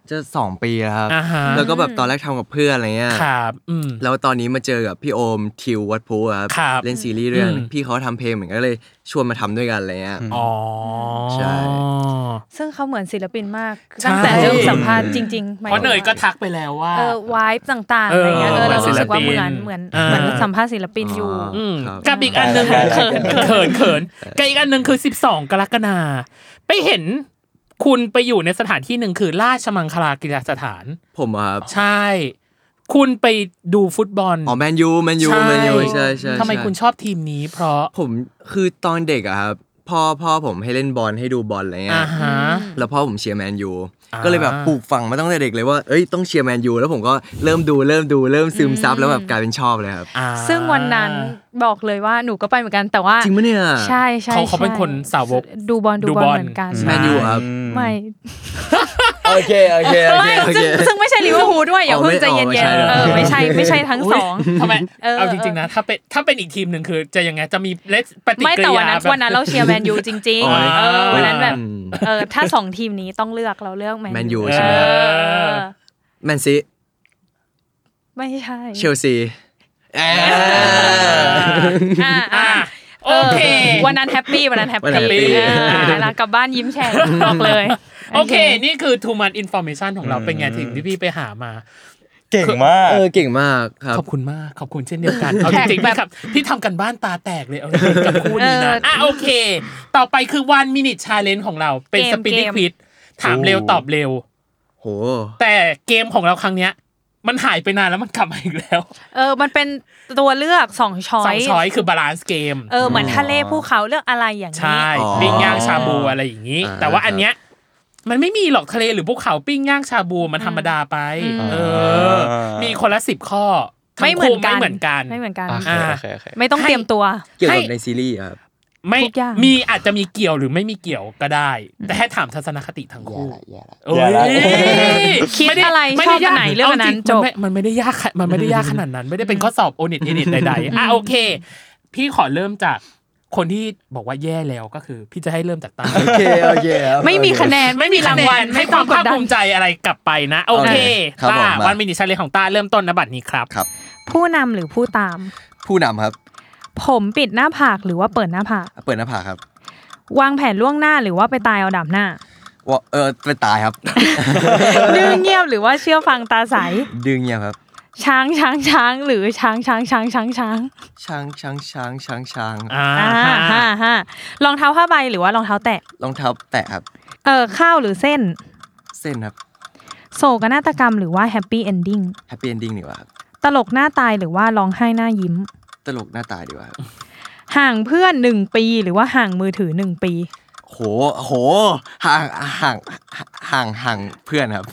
จะสองปีแล้วครับอ่าฮะแล้วก็แบบตอนแรกทำกับเพื่อนอะไรเงี้ยครับอืมแล้วตอนนี้มาเจอกับพี่โอมทิววัดพูครับครับเล่นซีรีส์เรื่องอืมพี่เขาทำเพลงเหมือนกันก็เลยชวนมาทำด้วยกันอะไรเงี้ยอ๋อใช่ซึ่งเขาเหมือนศิลปินมากใช่ตั้งแต่เริ่มสัมภาษณ์จริงๆเพราะเนยก็ทักไปแล้วว่าเออวายต่างๆอะไรเงี้ยเอเอออเรารู้สึกว่าเหเหมืมืออน นเหมือนเหมือนสัมภาษณ์ศิลปินอยู่อืมครับกับอีกอันหนึงเขินเขินเขินกับอีกอันหนึงคือสิบสองกรกฎาคมไปเห็นคุณไปอยู่ในสถานที่หนึ่งคือราชมังคลากีฬาสถานผมอะครับใช่ คุณไปดูฟุตบอลอ๋อแมนยูแมนยูแมนยูใช่ใช่ทำไมคุณชอบทีมนี้เพราะผมคือตอนเด็กอะครับพ่อพ่อผมให้เล่นบอลให้ดูบอลอะไรเงี้อ่าย ฮะแล้วพ่อผมเชียร์แมนยูอ่าก็เลยแบบปลูกฝังมาตั้งแต่เด็กเลยว่าเอ้ยต้องเชียร์แมนยูแล้วผมก็เริ่มดูเริ่มดูเริ่มซึมซับแล้วแบบกลายเป็นชอบเลยครับอ่าซึ่งวันนั้นบอกเลยว่าหนูก็ไปเหมือนกันแต่ว่าจริงปะเนี่ยใช่ใช่เขาเขาเป็นใช่คนสาวกดูบอลดูดูบบ ออลลเหมือนกันใช่แมนยูครับไม่โอเคโอเคโอเคไม่โอเคซึ่งซึ่งไม่ใช่ลิเวอร์พูลด้วยอย่าอ๋อเพิ่งใจไม่เย็นอ๋อไม่ใช่ๆเออไม่ใช่ไม่ใช่ทั้งสองทำไมเออเอาจริงๆนะถ้าเป็นถ้าเป็นอีกทีมหนึ่งคือจะยังไงจะมีเลสปฏิไม่กิแต่ริวันยานั้นแบบวันนั้นเราเชียร์แมนยูจริงอ๋อๆเออวันนั้นแบบอืมเออถ้าสองทีมนี้ต้องเลือกเราเลือกแมนแมนยูยูใช่ไหมเออแมนซีไม่ใช่เชลซีเอ้ยอ่าอ่าโอเควันนั้นแฮปปี้วันนั้นแฮปวันนั้นปี้ happy แล้วกลับบ้านยิ้มแฉ่งบอกเลยโอเค นี่คือ too much information ของเราเป็นไงถึงที่พี่ไปหามาเก่งมากเออเก่งมากครับขอบคุณมาก ขอบคุณเช่นเดียวกัน เอาจริงๆพี่ครับพี่ทำกันบ้านตาแตกเลยเอาจริงๆกับคู่นี้นะอ่ะโอเค ต่อไปคือ one minute challenge ของเราเป็น speed quiz ถามเร็วตอบเร็วโหแต่เกมของเราครั้งเนี้ยมันหายไปนานแล้วมันกลับมาอีกแล้วเออมันเป็นตัวเลือกสองช้อสองยช้อยคือบาลานซ์เกมเออเหมือนทะเลภูเขาเลือกอะไรอย่างนี้ใช่ปิ้งย่างชาบูอะไรอย่างนี้ แต่ว่าอันเนี้ยมันไม่มีหรอกทะเลหรือภูเขาปิ้งย่างชาบูมันธรรมดาไป เออ มีคนละสิบข้อไม่เหมือนกันไม่เหมือนกันไม่เหมือนกันโอเคโอเคโอเคไม่ต้องเตรียมตัวเกี่ยวกับให้ในซีรีส์ครับไม่ทุกอย่างมีอาจจะมีเกี่ยวหรือไม่มีเกี่ยวก็ได้ แต่ให้ถามทัศนคติทั้งคู่โอ้ยแย่ละคิดอะไรม่ชอบยากอันไหนเลือกอันนั้นาริงจบมันไม่มันไม่ได้ยากขมันไม่ได้ยากขนาดนั้น ไม่ได้เป็นข้อสอบโอเน็ตเอเน็ตใดๆอ่ะโอเค พี่ขอเริ่มจากคนที่บอกว่าแย่แล้วก็คือ พี่จะให้เริ่มจากตั้งโอเคโอเคครับไม่มีคะแนนไม่มีรางวัลให้ความภาคภูมิใจอะไรกลับไปนะ โอเคครับผมต้ามาวันมินิชาเลนของต้าเริ่มต้นนบัตรนี้ครับครับผู้นำหรือผู้ตามผู้นำครับผมปิดหน้าผากหรือว่าเปิดหน้าผากเปิดหน้าผากครับวางแผนล่วงหน้าหรือว่าไปตายเอาดับหน้าว่าเออเป็นตายครับดื้อเงียบหรือว่าเชื่อฟังตาใสดึงเงียบครับช้างช้างช้างหรือช้างช้างช้างช้างช้างช้างช้างช้างช้างช้างอ่าอ่าฮ่าฮ่ารองเท้าผ้าใบหรือว่ารองเท้าแตะรองเท้าแตะครับเออข้าวหรือเส้นเส้นครับโศกนาฏกรรมหรือว่าแฮปปี้เอนดิ้งแฮปปี้เอนดิ้งดีกว่าครับตลกหน้าตายหรือว่าร้องไห้หน้ายิ้มตลกหน้าตายดีกว่าครับห่างเพื่อนหนึ่งปีหรือว่าห่างมือถือหนึ่งปีโหโหห่างห่างห่างห่างเพื่อนครับ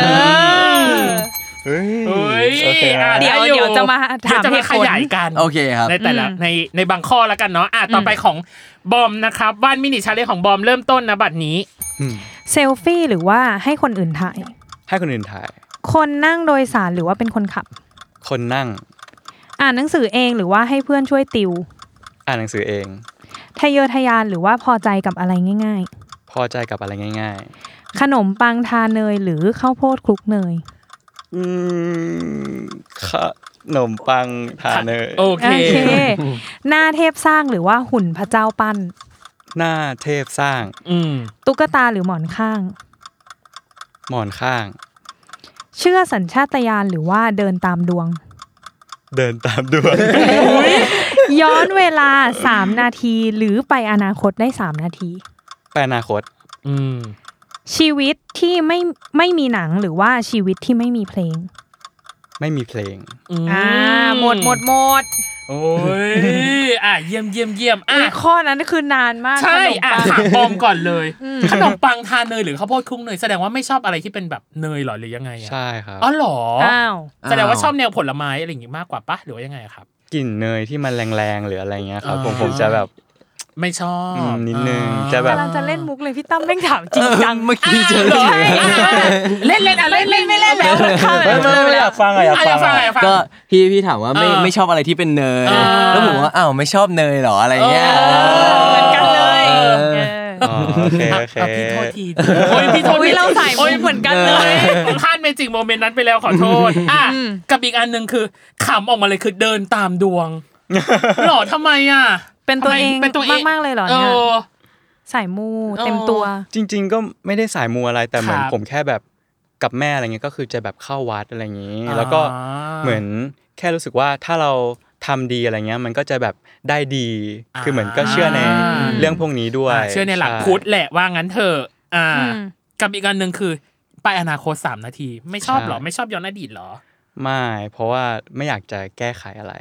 เฮ้ยเฮ้ยโอเคอ่ะเดี๋ยวไอเดี๋ยวจะมาถามเดี๋ยวจะเหมาตุขผลยายกันโอเคครับในแต่ละในในบางข้อแล้วกันเนาะอ่ะต่อไปของบอมนะครับวันมินิชาเลนของบอมเริ่มต้นนะบัตรนี้เซลฟี่หรือว่าให้คนอื่นถ่ายให้คนอื่นถ่ายคนนั่งโดยสารหรือว่าเป็นคนขับคนนั่งอ่านหนังสือเองหรือว่าให้เพื่อนช่วยติวอ่านหนังสือเองทะเยอทะยานหรือว่าพอใจกับอะไรง่ายพอใจกับอะไรง่ายๆ ขนมปังทาเนยหรือข้าวโพดคลุกเนยๆอืมขนมปังทาเนยโอเคโอเค หน้าเทพสร้างหรือว่าหุ่นพระเจ้าปั้นหน้าเทพสร้างอืมตุ๊กตาหรือหมอนข้างหมอนข้างเชื่อสัญชาตญาณหรือว่าเดินตามดวงเดินตามดวงย้อนเวลาสามนาทีหรือไปอนาคตได้สามนาทีไปอนาคตอืมชีวิตที่ไม่ไม่มีหนังหรือว่าชีวิตที่ไม่มีเพลงไม่มีเพลงอ่าหมดหมดหมดโอ้ยอ่ะเยี่ยมเยี่ยมเยี่ยมอ่ะอุ๊ยข้อนั้นคือนานมากใช่ขนมอ่ะปังถามบอมก่อนเลยขนมปังทาเนยหรือข้าวโพดคลุกเนยแสดงว่าไม่ชอบอะไรที่เป็นแบบเนยหรอหรือยังไงอ่ะใช่ครับอ๋อเหรออ้าวแสดงว่าชอบแนวผลไม้อะไรอย่างงี้มากกว่าปะหรือว่ายังไงอะครับกลิ่นเนยที่มันแรงๆหรืออะไรเงี้ยครับอ่าผมผมจะแบบไม่ชอบอืมนิดนึงจะแบบกำลังจะเล่นมุกเลยพี่ตั้มแม่งถามจริงจังเมื่อกี้เจอเหรเลยอเล่นเล่นอ่ะเล่นเล่นไม่เล่นแล้วเข้าไปไม่แล้วไม่ไม่อยากฟังอะอยากอ่ะอฟัย่าง ฟังอะอย่าฟังก็พี่พี่ถามว่าไม่เออไม่ชอบอะไรที่เป็นเนยเออแล้วผมว่าอ้าวไม่ชอบเนยเหรออะไรเงี้ยเหมือนกันเลยเออเอออ๋อโอเคโอเคพี่โทษทีโอ้ยพี่โทษทีเราใส่มุกเหมือนกันเลยพลาดเมจิกโมเมนต์นั้นไปแล้วขอโทษอ่ะกับอีกอันนึงคือขำออกมาเลยคือเดินตามดวงหล่อทำไมอ่ะเป็นตัวเองเป็นตัวเองมากๆเลยเหรอเนี่ยสายมูเต็มตัวจริงๆก็ไม่ได้สายมูอะไรแต่เหมือนผมแค่แบบกับแม่อะไรเงี้ยก็คือจะแบบเข้าวัดอะไรอย่างงี้แล้วก็เหมือนแค่รู้สึกว่าถ้าเราทำดีอะไรเงี้ยมันก็จะแบบได้ดีคือเหมือนก็เชื่อในเรื่องพวกนี้ด้วยเชื่อในหลักพุทธแหละว่างั้นเถอะอ่ากับอีกอันนึงคือไปอนาคตสามนาทีไม่ชอบหรอไม่ชอบย้อนอดีตหรอไม่เพราะว่าไม่อยากจะแก้ไขอะไร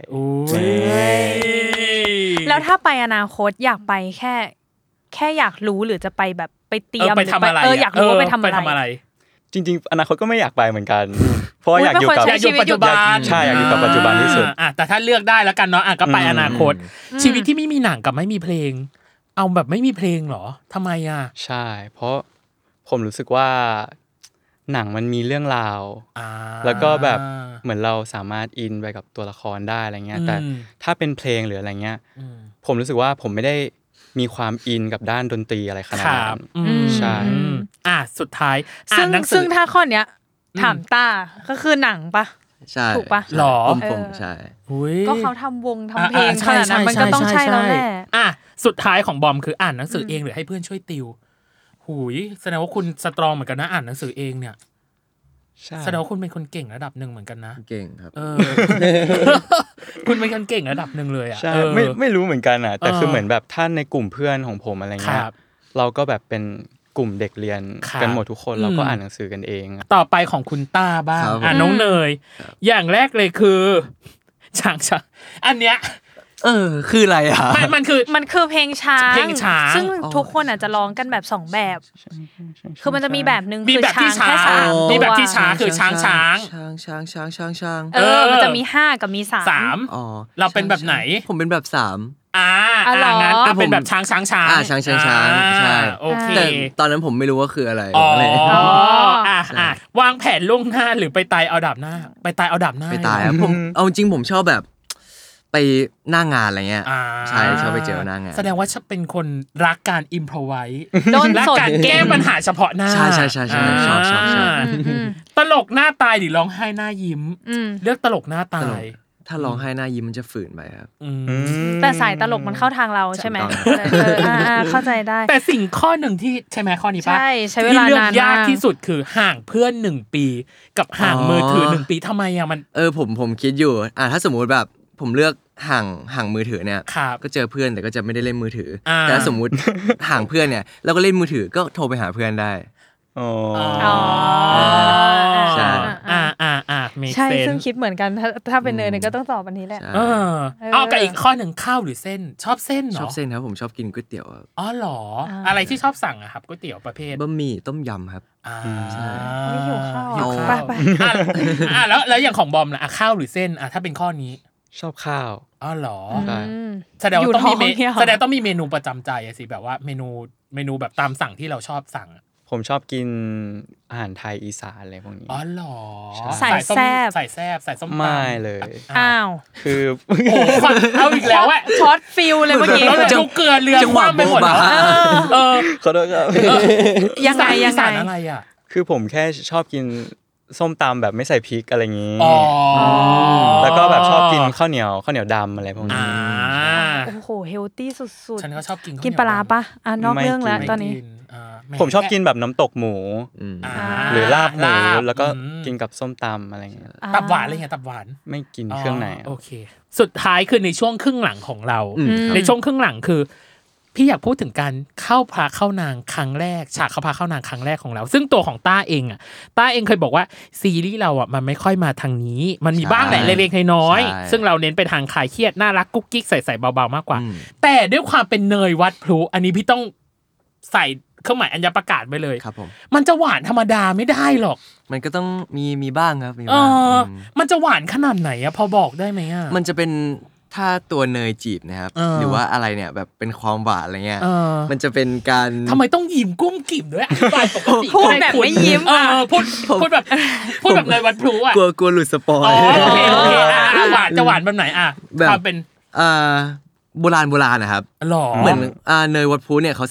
แล้วถ้าไปอนาคตอยากไปแค่แค่อยากรู้หรือจะไปแบบไปเตรียมไปทำอะไรเอออยากรู้ว่าไปทำอะไรจริงๆอนาคตก็ไม่อยากไปเหมือนกันเพราะอยากอยู่กับปัจจุบันใช่อยากอยู่กับปัจจุบันที่สุดอ่ะแต่ถ้าเลือกได้แล้วกันเนาะอ่ะก็ไปอนาคตชีวิตที่ไม่มีหนังกับไม่มีเพลงเอาแบบไม่มีเพลงเหรอทำไมอ่ะใช่เพราะผมรู้สึกว่าหนังมันมีเรื่องราวแล้วก็แบบเหมือนเราสามารถอินไปกับตัวละครได้อะไรเงี้ยแต่ถ้าเป็นเพลงหรืออะไรเงี้ยผมรู้สึกว่าผมไม่ได้มีความอินกับด้านดนตรีอะไรขนาดนั้นใช่อ่ะสุดท้ายอ่านหนังสือซึ่งถ้าข้อเนี้ยถามตาก็คือหนังปะใช่ถูกปะหรอผมใช่ก็เขาทำวงทำเพลงขนาดนั้นมันก็ต้องใช่แล้วแหละอ่ะสุดท้ายของบอมคืออ่านหนังสือเองหรือให้เพื่อนช่วยติวหุยแสดงว่าคุณสตรองเหมือนกันนะอ่านหนังสือเองเนี่ยแสดงว่าคุณเป็นคนเก่งระดับหนึ่งเหมือนกันนะเก่งครับเออคุณเป็นคนเก่งระดับหนึ่งเลยอ่ะใช่ไม่ไม่รู้เหมือนกันอ่ะแต่คือเหมือนแบบท่านในกลุ่มเพื่อนของผมอะไรเงี้ยเราก็แบบเป็นกลุ่มเด็กเรียนกันหมดทุกคนเราก็อ่านหนังสือกันเองต่อไปของคุณต้าบ้างอ่ะน้องเนยอย่างแรกเลยคือช้างช้างอันเนี้ยเออคืออะไรอ่ะมันคือมันคือเพลงช้างเพลงช้างซึ่งทุกคนอาจจะร้องกันแบบสองแบบคือมันจะมีแบบนึงคือช้างแค่สามมีแบบที่ช้างคือช้างช้างช้างช้างช้างช้างช้างเออมันจะมีห้ากับมีสามสามอ๋อเราเป็นแบบไหนผมเป็นแบบสามอ่าอ่างั้นเป็นแบบช้างช้างช้างอ่าช้างช้างช้างใช่โอเคแต่ตอนนั้นผมไม่รู้ว่าคืออะไรอ๋ออ่าอ่าวางแผนล่วงหน้าหรือไปตายเอาดาบหน้าไปตายเอาดาบหน้าไปตายครับผมเอาจริงผมชอบแบบไปหน้างานอะไรเงี้ยใช่ชอบไปเจอหน้างานแสดงว่าฉันเป็นคนรักการอิมพรไวส์และการแก้ปัญหาเฉพาะหน้าใช่ใช่ใช่ใช่ชอบชอบชอบตลกหน้าตายหรือร้องไห้หน้ายิ้มเลือกตลกหน้าตายถ้าร้องไห้หน้ายิ้มมันจะฝืนไปครับแต่สายตลกมันเข้าทางเราใช่ไหมเข้าใจได้แต่สิ่งข้อหนึ่งที่ใช่ไหมข้อนี้ป่ะใช่ใช้เวลานานมากที่เลือกยากที่สุดคือห่างเพื่อนหนึ่งปีกับห่างมือถือหนึ่งปีทำไมอะมันเออผมผมคิดอยู่อ่ะถ้าสมมุติแบบผมเลือกห่างห่างมือถือเนี่ยก็เจอเพื่อนแต่ก็จะไม่ได้เล่นมือถือแต่สมมุติห่างเพื่อนเนี่ยเราก็เล่นมือถือก็โทรไปหาเพื่อนได้อ๋อใช่อ่าอ่าอ่าใช่ซึ่งคิดเหมือนกันถ้าถ้าเป็นเนยเนี่ยก็ต้องตอบอันนี้แหละเออเอากับอีกข้อหนึ่งข้าวหรือเส้นชอบเส้นเหรอชอบเส้นครับผมชอบกินก๋วยเตี๋ยวอ๋อเหรออะไรที่ชอบสั่งอะครับก๋วยเตี๋ยวประเภทบะหมี่ต้มยำครับอ่าใช่ไม่หิวข้าวไปไปอ่าแล้วแล้วอย่างของบอมล่ะข้าวหรือเส้นอ่ะถ้าเป็นข้อนี้ชอบข้าวอ๋อเหรอแสดงว่าต้องมีแสดงต้องมีเมนูประจำใจอะสิแบบว่าเมนูเมนูแบบตามสั่งที่เราชอบสั่งผมชอบกินอาหารไทยอีสานอะไรพวกนี้อ๋อเหรอใส่แซ่บใส่แซ่บใส่ส้มตำไม่เลยอ้าวคือโอ้เอาอีกแล้วอะช็อตฟิลเลยเมื่อกี้จุกเกลือเรือคว่ำไปหมดเออขอโทษครับยังไงยังไงอะไรอะคือผมแค่ชอบกินส้มตำแบบไม่ใส่พริกอะไรอย่างนี้แล้วก็แบบชอบกินข้าวเหนียวข้าวเหนียวดำอะไรพวกนี้โอ้โหเฮลตี้สุดๆฉันก็ชอบกินกินปลาร้าปะอ่ะนอกเรื่องแล้วตอนนี้ผมชอบกินแบบน้ำตกหมูหรือลาบหมูแล้วก็กินกับส้มตำอะไรเงี้ยตับหวานอะไรเงี้ยตับหวานไม่กินเครื่องในโอเคสุดท้ายคือในช่วงครึ่งหลังของเราในช่วงครึ่งหลังคือพี่อยากพูดถึงการเข้าพระเข้านางครั้งแรกฉากเข้าพระเข้านางครั้งแรกของเราซึ่งตัวของต้าเองอ่ะต้าเองเคยบอกว่าซีรีส์เราอ่ะมันไม่ค่อยมาทางนี้มันมีบ้างแหละเล็กๆน้อยๆซึ่งเราเน้นไปทางคลายเครียดน่ารักกุ๊กกิ๊กใส่ๆเบาๆมากกว่าแต่ด้วยความเป็นเนยวัดพลุอันนี้พี่ต้องใส่เครื่องหมายอัญญประกาศไปเลยครับผมมันจะหวานธรรมดาไม่ได้หรอกมันก็ต้องมีมีบ้างครับมีบ้างมันจะหวานขนาดไหนอ่ะพอบอกได้ไหมอ่ะมันจะเป็นถ้าตัวเนยจีบนะครับหรือว่าอะไรเนี่ยแบบเป็นความหวานอะไรเงี้ยมันจะเป็นการทำไมต้องยิ้มกุ้มกิ่มด้วยอธิบายปกติพูดแบบไม่ยิ้มเออพูดพูดแบบพูดแบบเนยวัดพลุอ่ะกลัวกลัวหลุดสปอยอ๋อโอเคโอเคอ่ะหวานจะหวานแบบไหนอ่ะความเป็นอ่าโบราณโบราณนะครับหรอเหมือนอ่าเนยวัดพลุเนี่ยเขาเสพ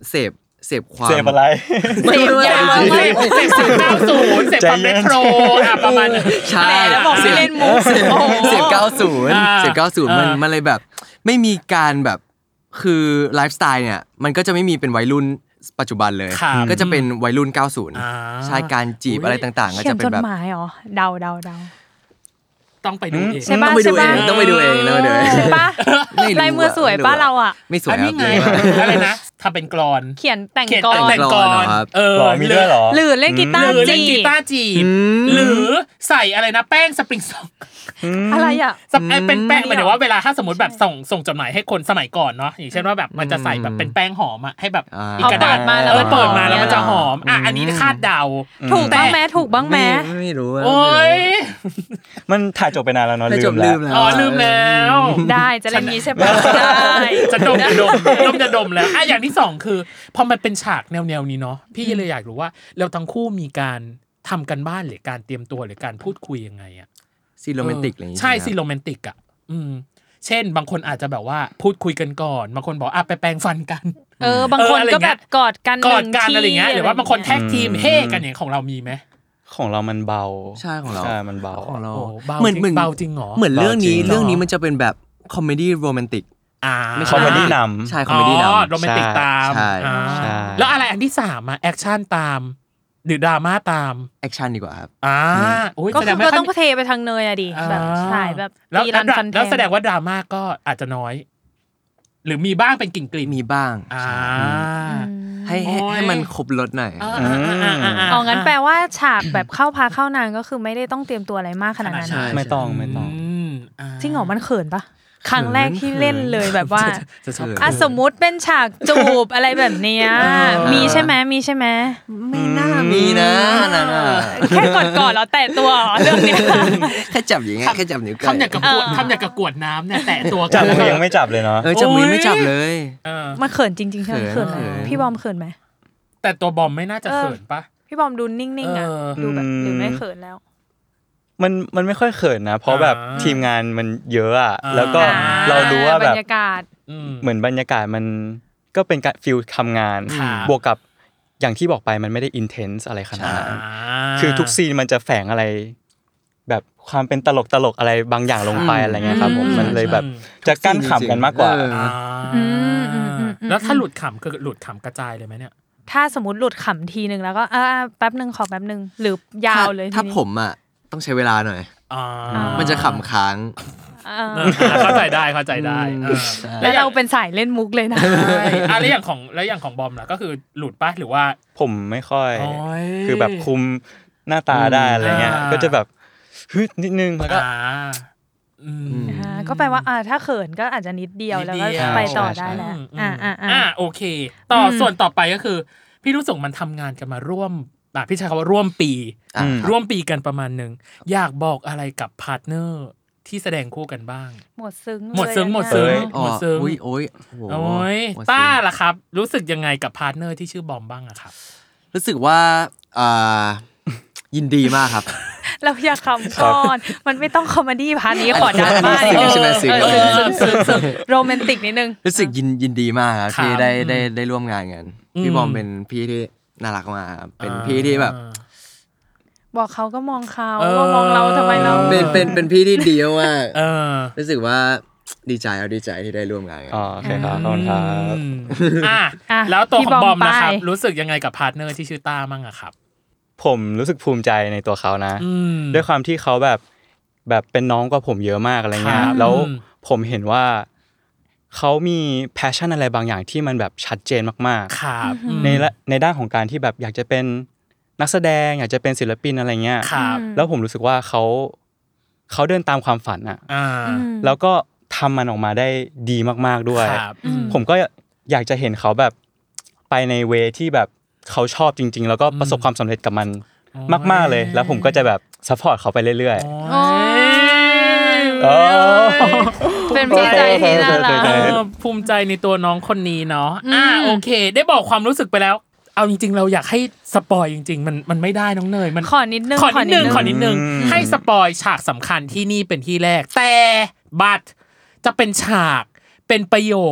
เสพเสพความเสพอะไรเสพยาเสพเสพศูนย์เก้าศูนย์เสพความเรโทรอ่ะประมาณใช่แล้วบอกไม่เล่นมุกเสพเก้าสิบเสพเก้าสิบมันมันเลยแบบไม่มีการแบบคือไลฟ์สไตล์เนี่ยมันก็จะไม่มีเป็นวัยรุ่นปัจจุบันเลยก็จะเป็นวัยรุ่นเก้าสิบใช่การจีบอะไรต่างๆก็จะเป็นแบบเขียนจดหมายเหรอเดาเดาเดาต้องไปดูเองต้องไปดูเองต้องไปดูเองนะเดี๋ยวใช่ป่ะลายมือสวยป่ะเราอ่ะไม่สวยครับอะไรนะทำเป็นกลอนเขียนแต่งกลอนแต่งกลอนเออมีด้วยเหรอหรือเล่นกีตาร์จีบเล่นกีตาร์จีบหรือใส่อะไรนะแป้งสปริงซองอะไรอ่ะเป็นแป้งหมายถึงว่าเวลาถ้าสมมติแบบส่งส่งจดหมายให้คนสมัยก่อนเนาะอย่างเช่นว่าแบบมันจะใส่แบบเป็นแป้งหอมอ่ะให้แบบอีกกระดาษมาแล้วเปิดมาแล้วมันจะหอมอ่ะอันนี้คาดเดาถูกบ้างแม้ถูกบ้างแม้ไม่รู้โอ้ยมันถ่ายจบไปนานแล้วเนาะลืมแล้วอ๋อลืมแล้วได้จะเล่นงี้ใช่ป่ะได้จะดมจะดมดมจะดมแล้วอ่ะอย่างที่สองคือพอมันเป็นฉากแนวๆนี้เนาะพี่เลยอยากรู้ว่าเราทั้งคู่มีการทำกันบ้านหรือการเตรียมตัวหรือการพูดคุยยังไงอ่ะซีนโรแมนติกอะไรอย่างเงี้ยใช่ซีนโรแมนติกอ่ะอืมเช่นบางคนอาจจะแบบว่าพูดคุยกันก่อนบางคนบอกอ่ะไปแปรงฟันกันเออบางคนก็แบบกอดกันกอดกันอะไรเงี้ยหรือว่าบางคนแท็กทีมเฮกันอย่างของเรามีไหมของเรามันเบาใช่ของเราใช่มันเบาของเราเหมือนเหมือนเบาจริงเหรอเหมือนเรื่องนี้เรื่องนี้มันจะเป็นแบบคอมเมดี้โรแมนติกอ่าคอมเมดี้นำใช่คอมเมดี้นำโรแมนติกตามแล้วอะไรอันที่สามอ่ะแอคชั่นตามหรือดราม่าตามแอคชั่นดีกว่าครับอ่าโอ้ยก็คือเราต้องเทไปทางเนยอะดิแบบถ่ายแบบตีรันฟันแทงแล้วแสดงว่าดราม่าก็อาจจะน้อยหรือมีบ้างเป็นกลิ่นๆมีบ้างอ่าให้ให้มันครบรสหน่อยอ๋องั้นแปลว่าฉากแบบเข้าพาเข้านานก็คือไม่ได้ต้องเตรียมตัวอะไรมากขนาดนั้นไม่ต้องไม่ต้องจริงเหรอมันเขินปะครั้งแรกที่เล่นเลยแบบว่าอ่ะสมมุติเป็นฉากจูบอะไรแบบเนี้ยมีใช่ไหมมีใช่ไหมไม่น่ามีนะนั่นน่ะแค่กอดๆแล้วแตะตัวเรื่องนี้แค่จับอย่างเงี้ยแค่จับนิ้วก้อยทำอย่างกับกวดทำอย่างกับกวดน้ำเนี่ยแตะตัวจับมือยังไม่จับเลยเนาะเออจับมือไม่จับเลยมันเขินจริงๆใช่ไหมเขินพี่บอมเขินไหมแต่ตัวบอมไม่น่าจะเขินปะพี่บอมดูนิ่งๆอ่ะดูแบบหรือไม่เขินแล้วมันมันไม่ค่อยเขินนะเพราะแบบทีมงานมันเยอะอ่ะแล้วก็เรารู้ว่าแบบบรรยากาศเหมือนบรรยากาศมันก็เป็นการฟีลทำงานบวกกับอย่างที่บอกไปมันไม่ได้อินเทนส์อะไรขนาดนั้นคือทุกซีนมันจะแฝงอะไรแบบความเป็นตลกตลกอะไรบางอย่างลงไปอะไรเงี้ยครับผมมันเลยแบบจะกั้นขำกันมากกว่าแล้วถ้าหลุดขำคือหลุดขำกระจายเลยไหมเนี่ยถ้าสมมติหลุดขำทีนึงแล้วก็อ่าแป๊บนึงขอแป๊บนึงหรือยาวเลยถ้าผมอ่ะต้องใช้เวลาหน่อยมันจะขำค้างเข้าใจได้เข้าใจได้แล้วเราเป็นสายเล่นมุกเลยนะแล้วอย่างของแล้วอย่างของบอมล่ะก็คือหลุดป่ะหรือว่าผมไม่ค่อยคือแบบคุมหน้าตาได้อะไรเงี้ยก็จะแบบฮึดนิดนึงแล้วก็ก็แปลว่าถ้าเขินก็อาจจะนิดเดียวแล้วก็ไปต่อได้แล้วอ่าอ่าอ่าโอเคต่อส่วนต่อไปก็คือพี่รู้สึกมันทำงานกันมาร่วมอ่ะพี่ใช้คำว่าร่วมปีร่วมปีกันประมาณนึงอยากบอกอะไรกับพาร์ทเนอร์ที่แสดงคู่กันบ้างหมดซึ้งหมดซึ้งหมดซึ้งหมดซึ้งโอ้ยโอ้ยโอ้ยต้าล่ะครับรู้สึกยังไงกับพาร์ทเนอร์ที่ชื่อบอมบ้างอะครับรู้สึกว่าอ่ายินดีมากครับเราอยากคำก่อนมันไม่ต้องคอมเมดี้พาร์ทนี้ขอดราม่านิดนึงโรแมนติกนิดนึงรู้สึกยินยินดีมากครับที่ได้ได้ได้ร่วมงานกันพี่บอมเป็นพี่ที่น่ารักมากเป็นพี่ที่แบบบอกเขาก็มองเขาว่ามองเราทำไมเราเป็นเป็นเป็นพี่ที่ดีมากรู้สึกว่าดีใจเอาดีใจที่ได้ร่วมงานกันอ๋อโอเคครับขอบคุณครับอ่ะแล้วตัวของบอมนะครับรู้สึกยังไงกับพาร์ทเนอร์ที่ชื่อต้ามั่งอะครับผมรู้สึกภูมิใจในตัวเขานะด้วยความที่เขาแบบแบบเป็นน้องกว่าผมเยอะมากอะไรเงี้ยแล้วผมเห็นว่าเขามีแพชชั่นอะไรบางอย่างที่มันแบบชัดเจนมากๆในในด้านของการที่แบบอยากจะเป็นนักแสดงอยากจะเป็นศิลปินอะไรเงี้ยแล้วผมรู้สึกว่าเขาเขาเดินตามความฝันอ่ะแล้วก็ทำมันออกมาได้ดีมากๆด้วยผมก็อยากจะเห็นเขาแบบไปในเวที่แบบเขาชอบจริงๆแล้วก็ประสบความสำเร็จกับมันมากๆเลยแล้วผมก็จะแบบซัพพอร์ตเขาไปเรื่อยๆเป็นภูมิใจที่น่ารักภูมิใจในตัวน้องคนนี้เนาะอ่าโอเคได้บอกความรู้สึกไปแล้วเอาจริงๆเราอยากให้สปอยจริงๆมันมันไม่ได้น้องเนยมันขอนิดนึงขอนิดนึงขอนิดนึงให้สปอยฉากสำคัญที่นี่เป็นที่แรกแต่บัตรจะเป็นฉากเป็นประโยค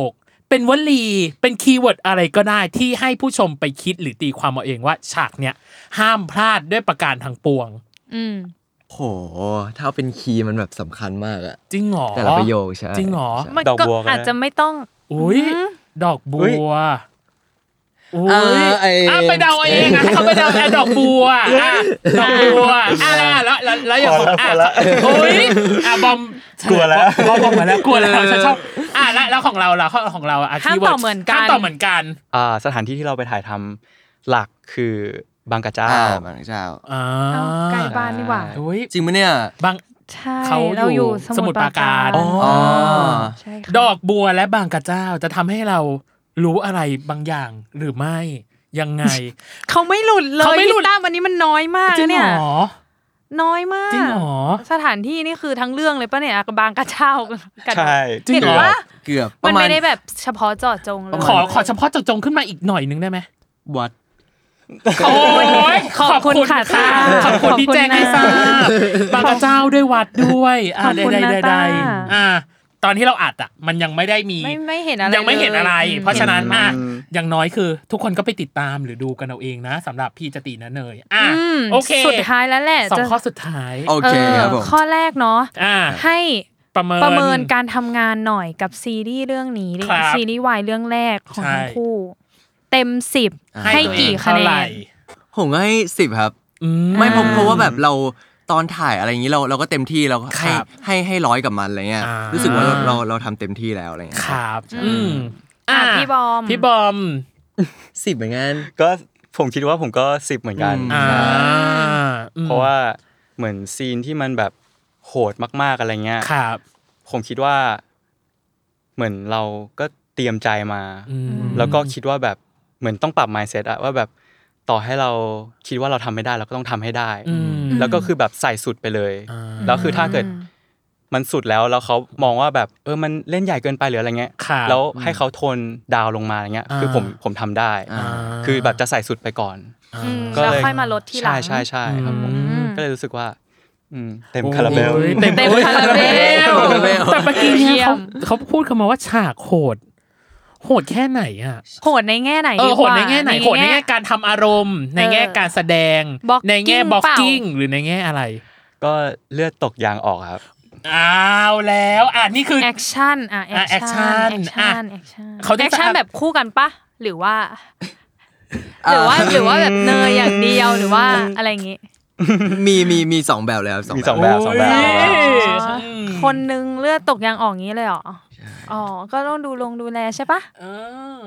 เป็นวลีเป็นคีย์เวิร์ดอะไรก็ได้ที่ให้ผู้ชมไปคิดหรือตีความเอาเองว่าฉากเนี้ยห้ามพลาดด้วยประการทั้งปวงอืมโหถ้าเป็นคีย์มันแบบสำคัญมากอะจริงหรอแต่ละประโยคใช่จริงหรอมันก็อาจจะไม่ต้องอุ้ยดอกบัวอุ้ยอ่ะไปเดาเองนะเขาไปเดาแต่ดอกบัวอ่ะดอกบัวอ่ะแล้วแล้วแล้วอย่างของอ่ะโอ้ยอ่ะบอมกลัวแล้วบอมบอมมาแล้วกลัวแล้วฉันชอบอ่ะแล้วแล้วของเราล่ะของเราอ่ะคีย์เวิร์ดห้ามต่อเหมือนกันอ่าสถานที่ที่เราไปถ่ายทำหลักคือบางกระเจ้าบางกระเจ้าอ่าใกล้บ้านนี่หว่าจริงมั้ยเนี่ยบางใช่เราอยู่สมุทรปราการอ๋อใช่ค่ะดอกบัวและบางกระเจ้าจะทำให้เรารู้อะไรบางอย่างหรือไม่ยังไงเขาไม่หลุดเลยเขาไม่หลุดตามวันนี้มันน้อยมากเนี่ยน้อยมากจริงหรอสถานที่นี่คือทั้งเรื่องเลยป่ะเนี่ยบางกระเจ้าใช่จริงเหรอเกือบมันไม่ได้แบบเฉพาะเจาะจงเลยขอขอเฉพาะเจาะจงขึ้นมาอีกหน่อยนึงได้ไหมวัดโอ้ยขอบคุณค่ะขอบคุณที่แจ้งให้ทราบบางกระเจ้าด้วยวัดด้วยอ่าได้ๆๆอ่าตอนที่เราอัดอ่ะมันยังไม่ได้มีไม่ไม่เห็นอะไรยังไม่เห็นอะไรเพราะฉะนั้นอ่ะอย่างน้อยคือทุกคนก็ไปติดตามหรือดูกันเอาเองนะสำหรับพี่จตินะเนยอ่ะโอเคสุดท้ายแล้วแหละสองข้อสุดท้ายโอเคครับผมข้อแรกเนาะให้ประเมินประเมินการทำงานหน่อยกับซีรีส์เรื่องนี้ซีรีส์วายเรื่องแรกของทั้งคู่เต็มสิบให้กี่คะแนนผมก็ให้สิบครับไม่เพราะเพราะว่าแบบเราตอนถ่ายอะไรอย่างนี้เราเราก็เต็มที่เราให้ให้ให้ร้อยกับมันอะไรเงี้ยรู้สึกว่าเราเราเราทำเต็มที่แล้วอะไรเงี้ยครับอืมอ่ะพี่บอมพี่บอมสิบเหมือนกันก็ผมคิดว่าผมก็สิบเหมือนกันเพราะว่าเหมือนซีนที่มันแบบโหดมากๆอะไรเงี้ยครับผมคิดว่าเหมือนเราก็เตรียมใจมาแล้วก็คิดว่าแบบเหมือนต้องปรับ mindset อะว่าแบบต่อให้เราคิดว่าเราทำไม่ได้เราก็ต้องทำให้ได้แล้วก็คือแบบใส่สุดไปเลยแล้วคือถ้าเกิดมันสุดแล้วแล้วเขามองว่าแบบเออมันเล่นใหญ่เกินไปหรืออะไรเงี้ยแล้วให้เขาทนดาวลงมาอย่างเงี้ยคือผมผมทำได้คือแบบจะใส่สุดไปก่อนก็เลยค่อยมาลดทีหลังใช่ใช่ใช่ครับผมก็เลยรู้สึกว่าเต็มคาราเบลเต็มคาราเบลแต่เมื่อกี้เนี่ยเขาเขาพูดคำว่าฉากโหดโหดแค่ไหนอ่ะโหดในแง่ไหนดีกว่าเออโหดในแง่ไหนโหดในแง่การทำอารมณ์ในแง่การแสดงในแง่บล็อกกิ้งหรือในแง่อะไรก็เลือดตกยางออกครับอ้าวแล้วอ่ะนี่คือแอคชั่นอ่ะแอคชั่นแอคชั่นแอคชั่นเขาแอคชั่นแบบคู่กันปะหรือว่าหรือว่าหรือว่าแบบเนยอย่างเดียวหรือว่าอะไรอย่างงี้มีมีมีสองแบบเลยครับมีสองแบบสองแบบคนนึงเลือดตกยางออกงี้เลยเหรออ๋อก็ต้องดูลงดูแลใช่ปะเออ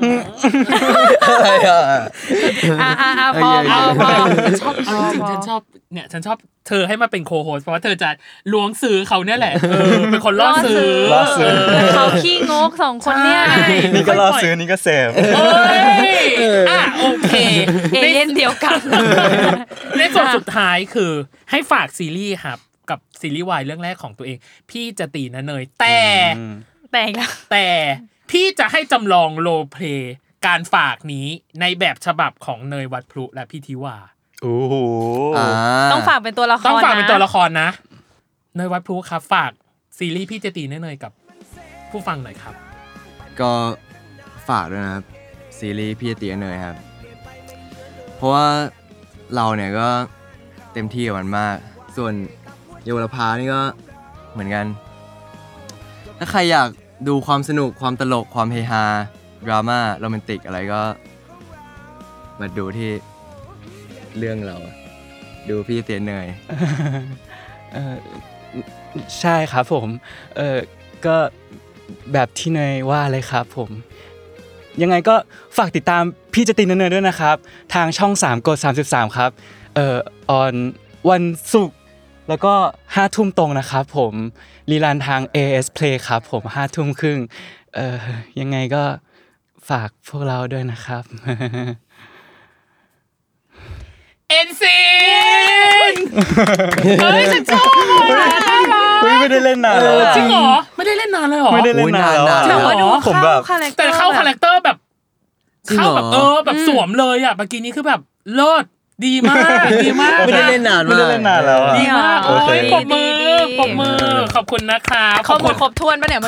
อ่าอ่าพอพอพอชอบจริงฉันชอบเนี่ยฉันชอบเธอให้มาเป็นโคโฮสเพราะว่าเธอจะล้วงซื้อเขาเนี่ยแหละเออเป็นคนล่อซื้อล่อซื้อเขาขี้งกสองคนเนี่ยนี่ก็ล่อซื้อนี่ก็เสพโอ้ยอ่ะโอเคเอเลี่ยนเดียวกันในส่วนสุดท้ายคือให้ฝากซีรีส์ครับกับซีรีส์วายเรื่องแรกของตัวเองพี่จะตีนะเนยแต่แต่แต่พี่จะให้จำลองโรลเพลย์การฝากนี้ในแบบฉบับของเนยวัดพลุและพี่ทิวาโอ้โหต้องฝากเป็นตัวละครนะต้องฝากเป็นตัวละครนะเนยวัดพลุครับฝากซีรีส์พี่จะตีนะเนยกับผู้ฟังหน่อยครับก็ฝากด้วยนะครับซีรีส์พี่จะตีนะเนยครับเพราะว่าเราเนี่ยก็เต็มที่กับมันมากส่วนเยาวรภานี่ก็เหมือนกันถ้าใครอยากดูความสนุกความตลกความเฮฮาดราม่าโรแมนติกอะไรก็มาดูที่เรื่องเราดูพี่เตียนเนยเออใช่ครับผมเออก็แบบที่เนยว่าเลยครับผมยังไงก็ฝากติดตามพี่จะตีนเนยด้วยนะครับทางช่องสามกดสามสิบสามครับเอ่อออนวันศุกร์แล้วก็ห้าทุ่มตรงนะครับผมรีลันทาง เอ เอส Play ครับผมห้าทุ่มครึ่งเอ่อยังไงก็ฝากพวกเราด้วยนะครับเอ็นซีเฮ้ยฉันชอบอ่ะเฮ้ยไม่ได้เล่นนานแล้วจริงเหรอไม่ได้เล่นนานเลยเหรอไม่ได้เล่นนานแล้วแต่ว่าดูผมแบบแต่เข้าคาแรคเตอร์แบบเข้าแบบเออแบบสวมเลยอ่ะเมื่อกี้นี้คือแบบเลิศดีมากดีมากไม่ได้เล่นนานไม่ได้เล่นนานแล้วดีมากโอ้ยปรบมือปรบมือขอบคุณนะครับข้อมูลครบถ้วนป่ะเนี่ยเมื่อกี้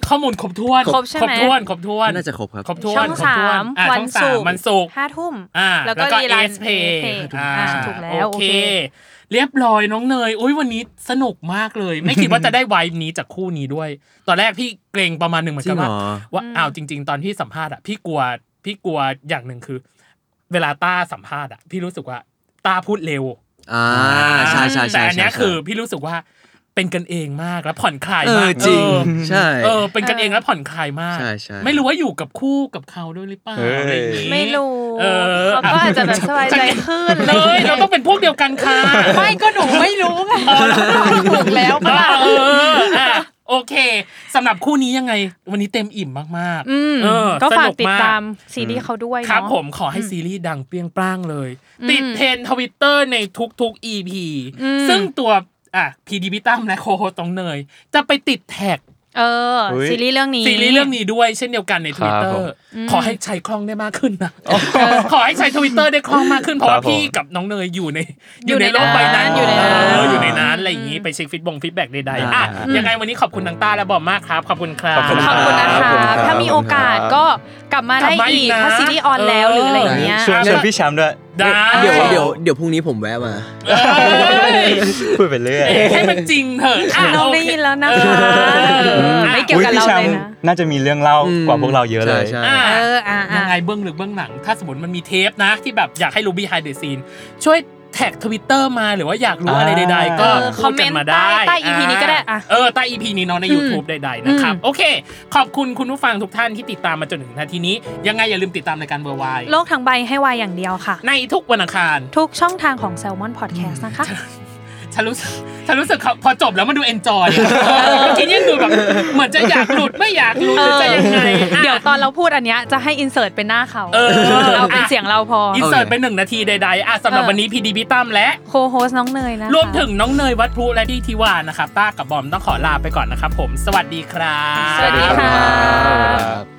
ข้อมูลครบถ้วนครบถ้วนครบถ้วนน่าจะครบครับครบถ้วนช่องสามวันศุกร์วันศุกร์ห้าทุ่มอ่าแล้วก็ เอส เพย์ อ่าถูกแล้วโอเคเรียบร้อยน้องเนยอุ๊ยวันนี้สนุกมากเลยไม่คิดว่าจะได้ไวบ์นี้จากคู่นี้ด้วยตอนแรกพี่เกรงประมาณนึงเหมือนกันว่าว่าอ้าวจริงๆตอนพี่สัมภาษณ์อ่ะพี่กลัวพี่กลัวอย่างนึงคือเวลาต้าสัมภาษณ์อ่ะพี่รู้สึกว่าต้าพูดเร็วอ่าใช่ๆๆแต่อันนี้คือพี่รู้สึกว่าเป็นกันเองมากแล้วผ่อนคลายมากจริงใช่เออเป็นกันเองแล้วผ่อนคลายมากไม่รู้ว่าอยู่กับคู่กับเขาด้วยหรือเปล่าอะไรอย่างงี้ไม่รู้เขาก็อาจจะแบบสบายใจขึ้นเลยเราต้องเป็นพวกเดียวกันค่ะไม่ก็หนูไม่รู้ไงถูกแล้วป่ะเอออ่ะโอเคสำหรับคู่นี้ยังไงวันนี้เต็มอิ่มมากๆเออก็ฝากติดตามซีรีส์เขาด้วยเนาะครับผมขอให้ซีรีส์ดังเปรี้ยงปร้างเลยติดเทรนด์ Twitter ในทุกๆ อี พี ซึ่งตัวอ่ะพีดีพิตั้มและโคโฮตองเนยจะไปติดแท็กเออซีรีส์เรื่องนี้ซีรีส์เรื่องนี้ด้วยเช่นเดียวกันใน Twitter ขอให้ใช้คล่องได้มากขึ้นนะขอให้ใช้ Twitter ได้คล่องมากขึ้นเพราะว่าพี่กับน้องเนยอยู่ในอยู่ในโลกใบนั้นอยู่ในอยู่ในนั้นอะไรอย่างงี้ไปเช็คฟีดบงฟีดแบ็กใดๆอ่ะยังไงวันนี้ขอบคุณทั้งต้าและบอมมากครับขอบคุณครับขอบคุณนะคะถ้ามีโอกาสก็กลับมาได้อีกถ้าซีรีส์ออนแล้วหรืออะไรอย่างเงี้ยชวนพี่แชมป์ด้วยเดี๋ยวเดี๋ยวเดี๋ยวพรุ่งนี้ผมแวะมาพูดไปเรื่อยให้มันจริงเถอะน้องได้ยินแล้วนะคะไม่เกี่ยวกับเราเลยนะน่าจะมีเรื่องเล่ากว่าพวกเราเยอะเลยเออยังไงเบื้องลึกเบื้องหลังถ้าสมมติมันมีเทปนะที่แบบอยากให้รู้ behind the scene ช่วยแท็ก Twitter มาหรือว่าอยากรู้อะไรใดๆก็คอมเมนต์มาได้ใต้ อี พี นี้ก็ได้เออใต้ อี พี นี้เนาะใน YouTube ใดๆนะครับโอเคขอบคุณคุณผู้ฟังทุกท่านที่ติดตามมาจนถึงนาทีนี้ยังไงอย่าลืมติดตามรายการเบอร์ไวโลกทั้งใบให้วายอย่างเดียวค่ะในทุกวันอังคารทุกช่องทางของ Salmon Podcast นะคะฉันรู้สึกฉันรู้สึกพอจบแล้วมันดูเอนจอยเมื่อกี้ยังดูแบบเหมือนจะอยากหลุดไม่อยากหลุดจะยังไงเดี๋ยวตอนเราพูดอันเนี้ยจะให้อินเสิร์ตเป็นหน้าเขาเอาเป็นเสียงเราพออินเสิร์ตเป็นหนึ่งนาทีใดๆอ่ะสำหรับวันนี้พีดีพี่ตั้มและโคโฮสน้องเนยนะรวมถึงน้องเนยวัดพลุและพี่ทิวานะครับต้ากับบอมต้องขอลาไปก่อนนะครับผมสวัสดีครับสวัสดีครับ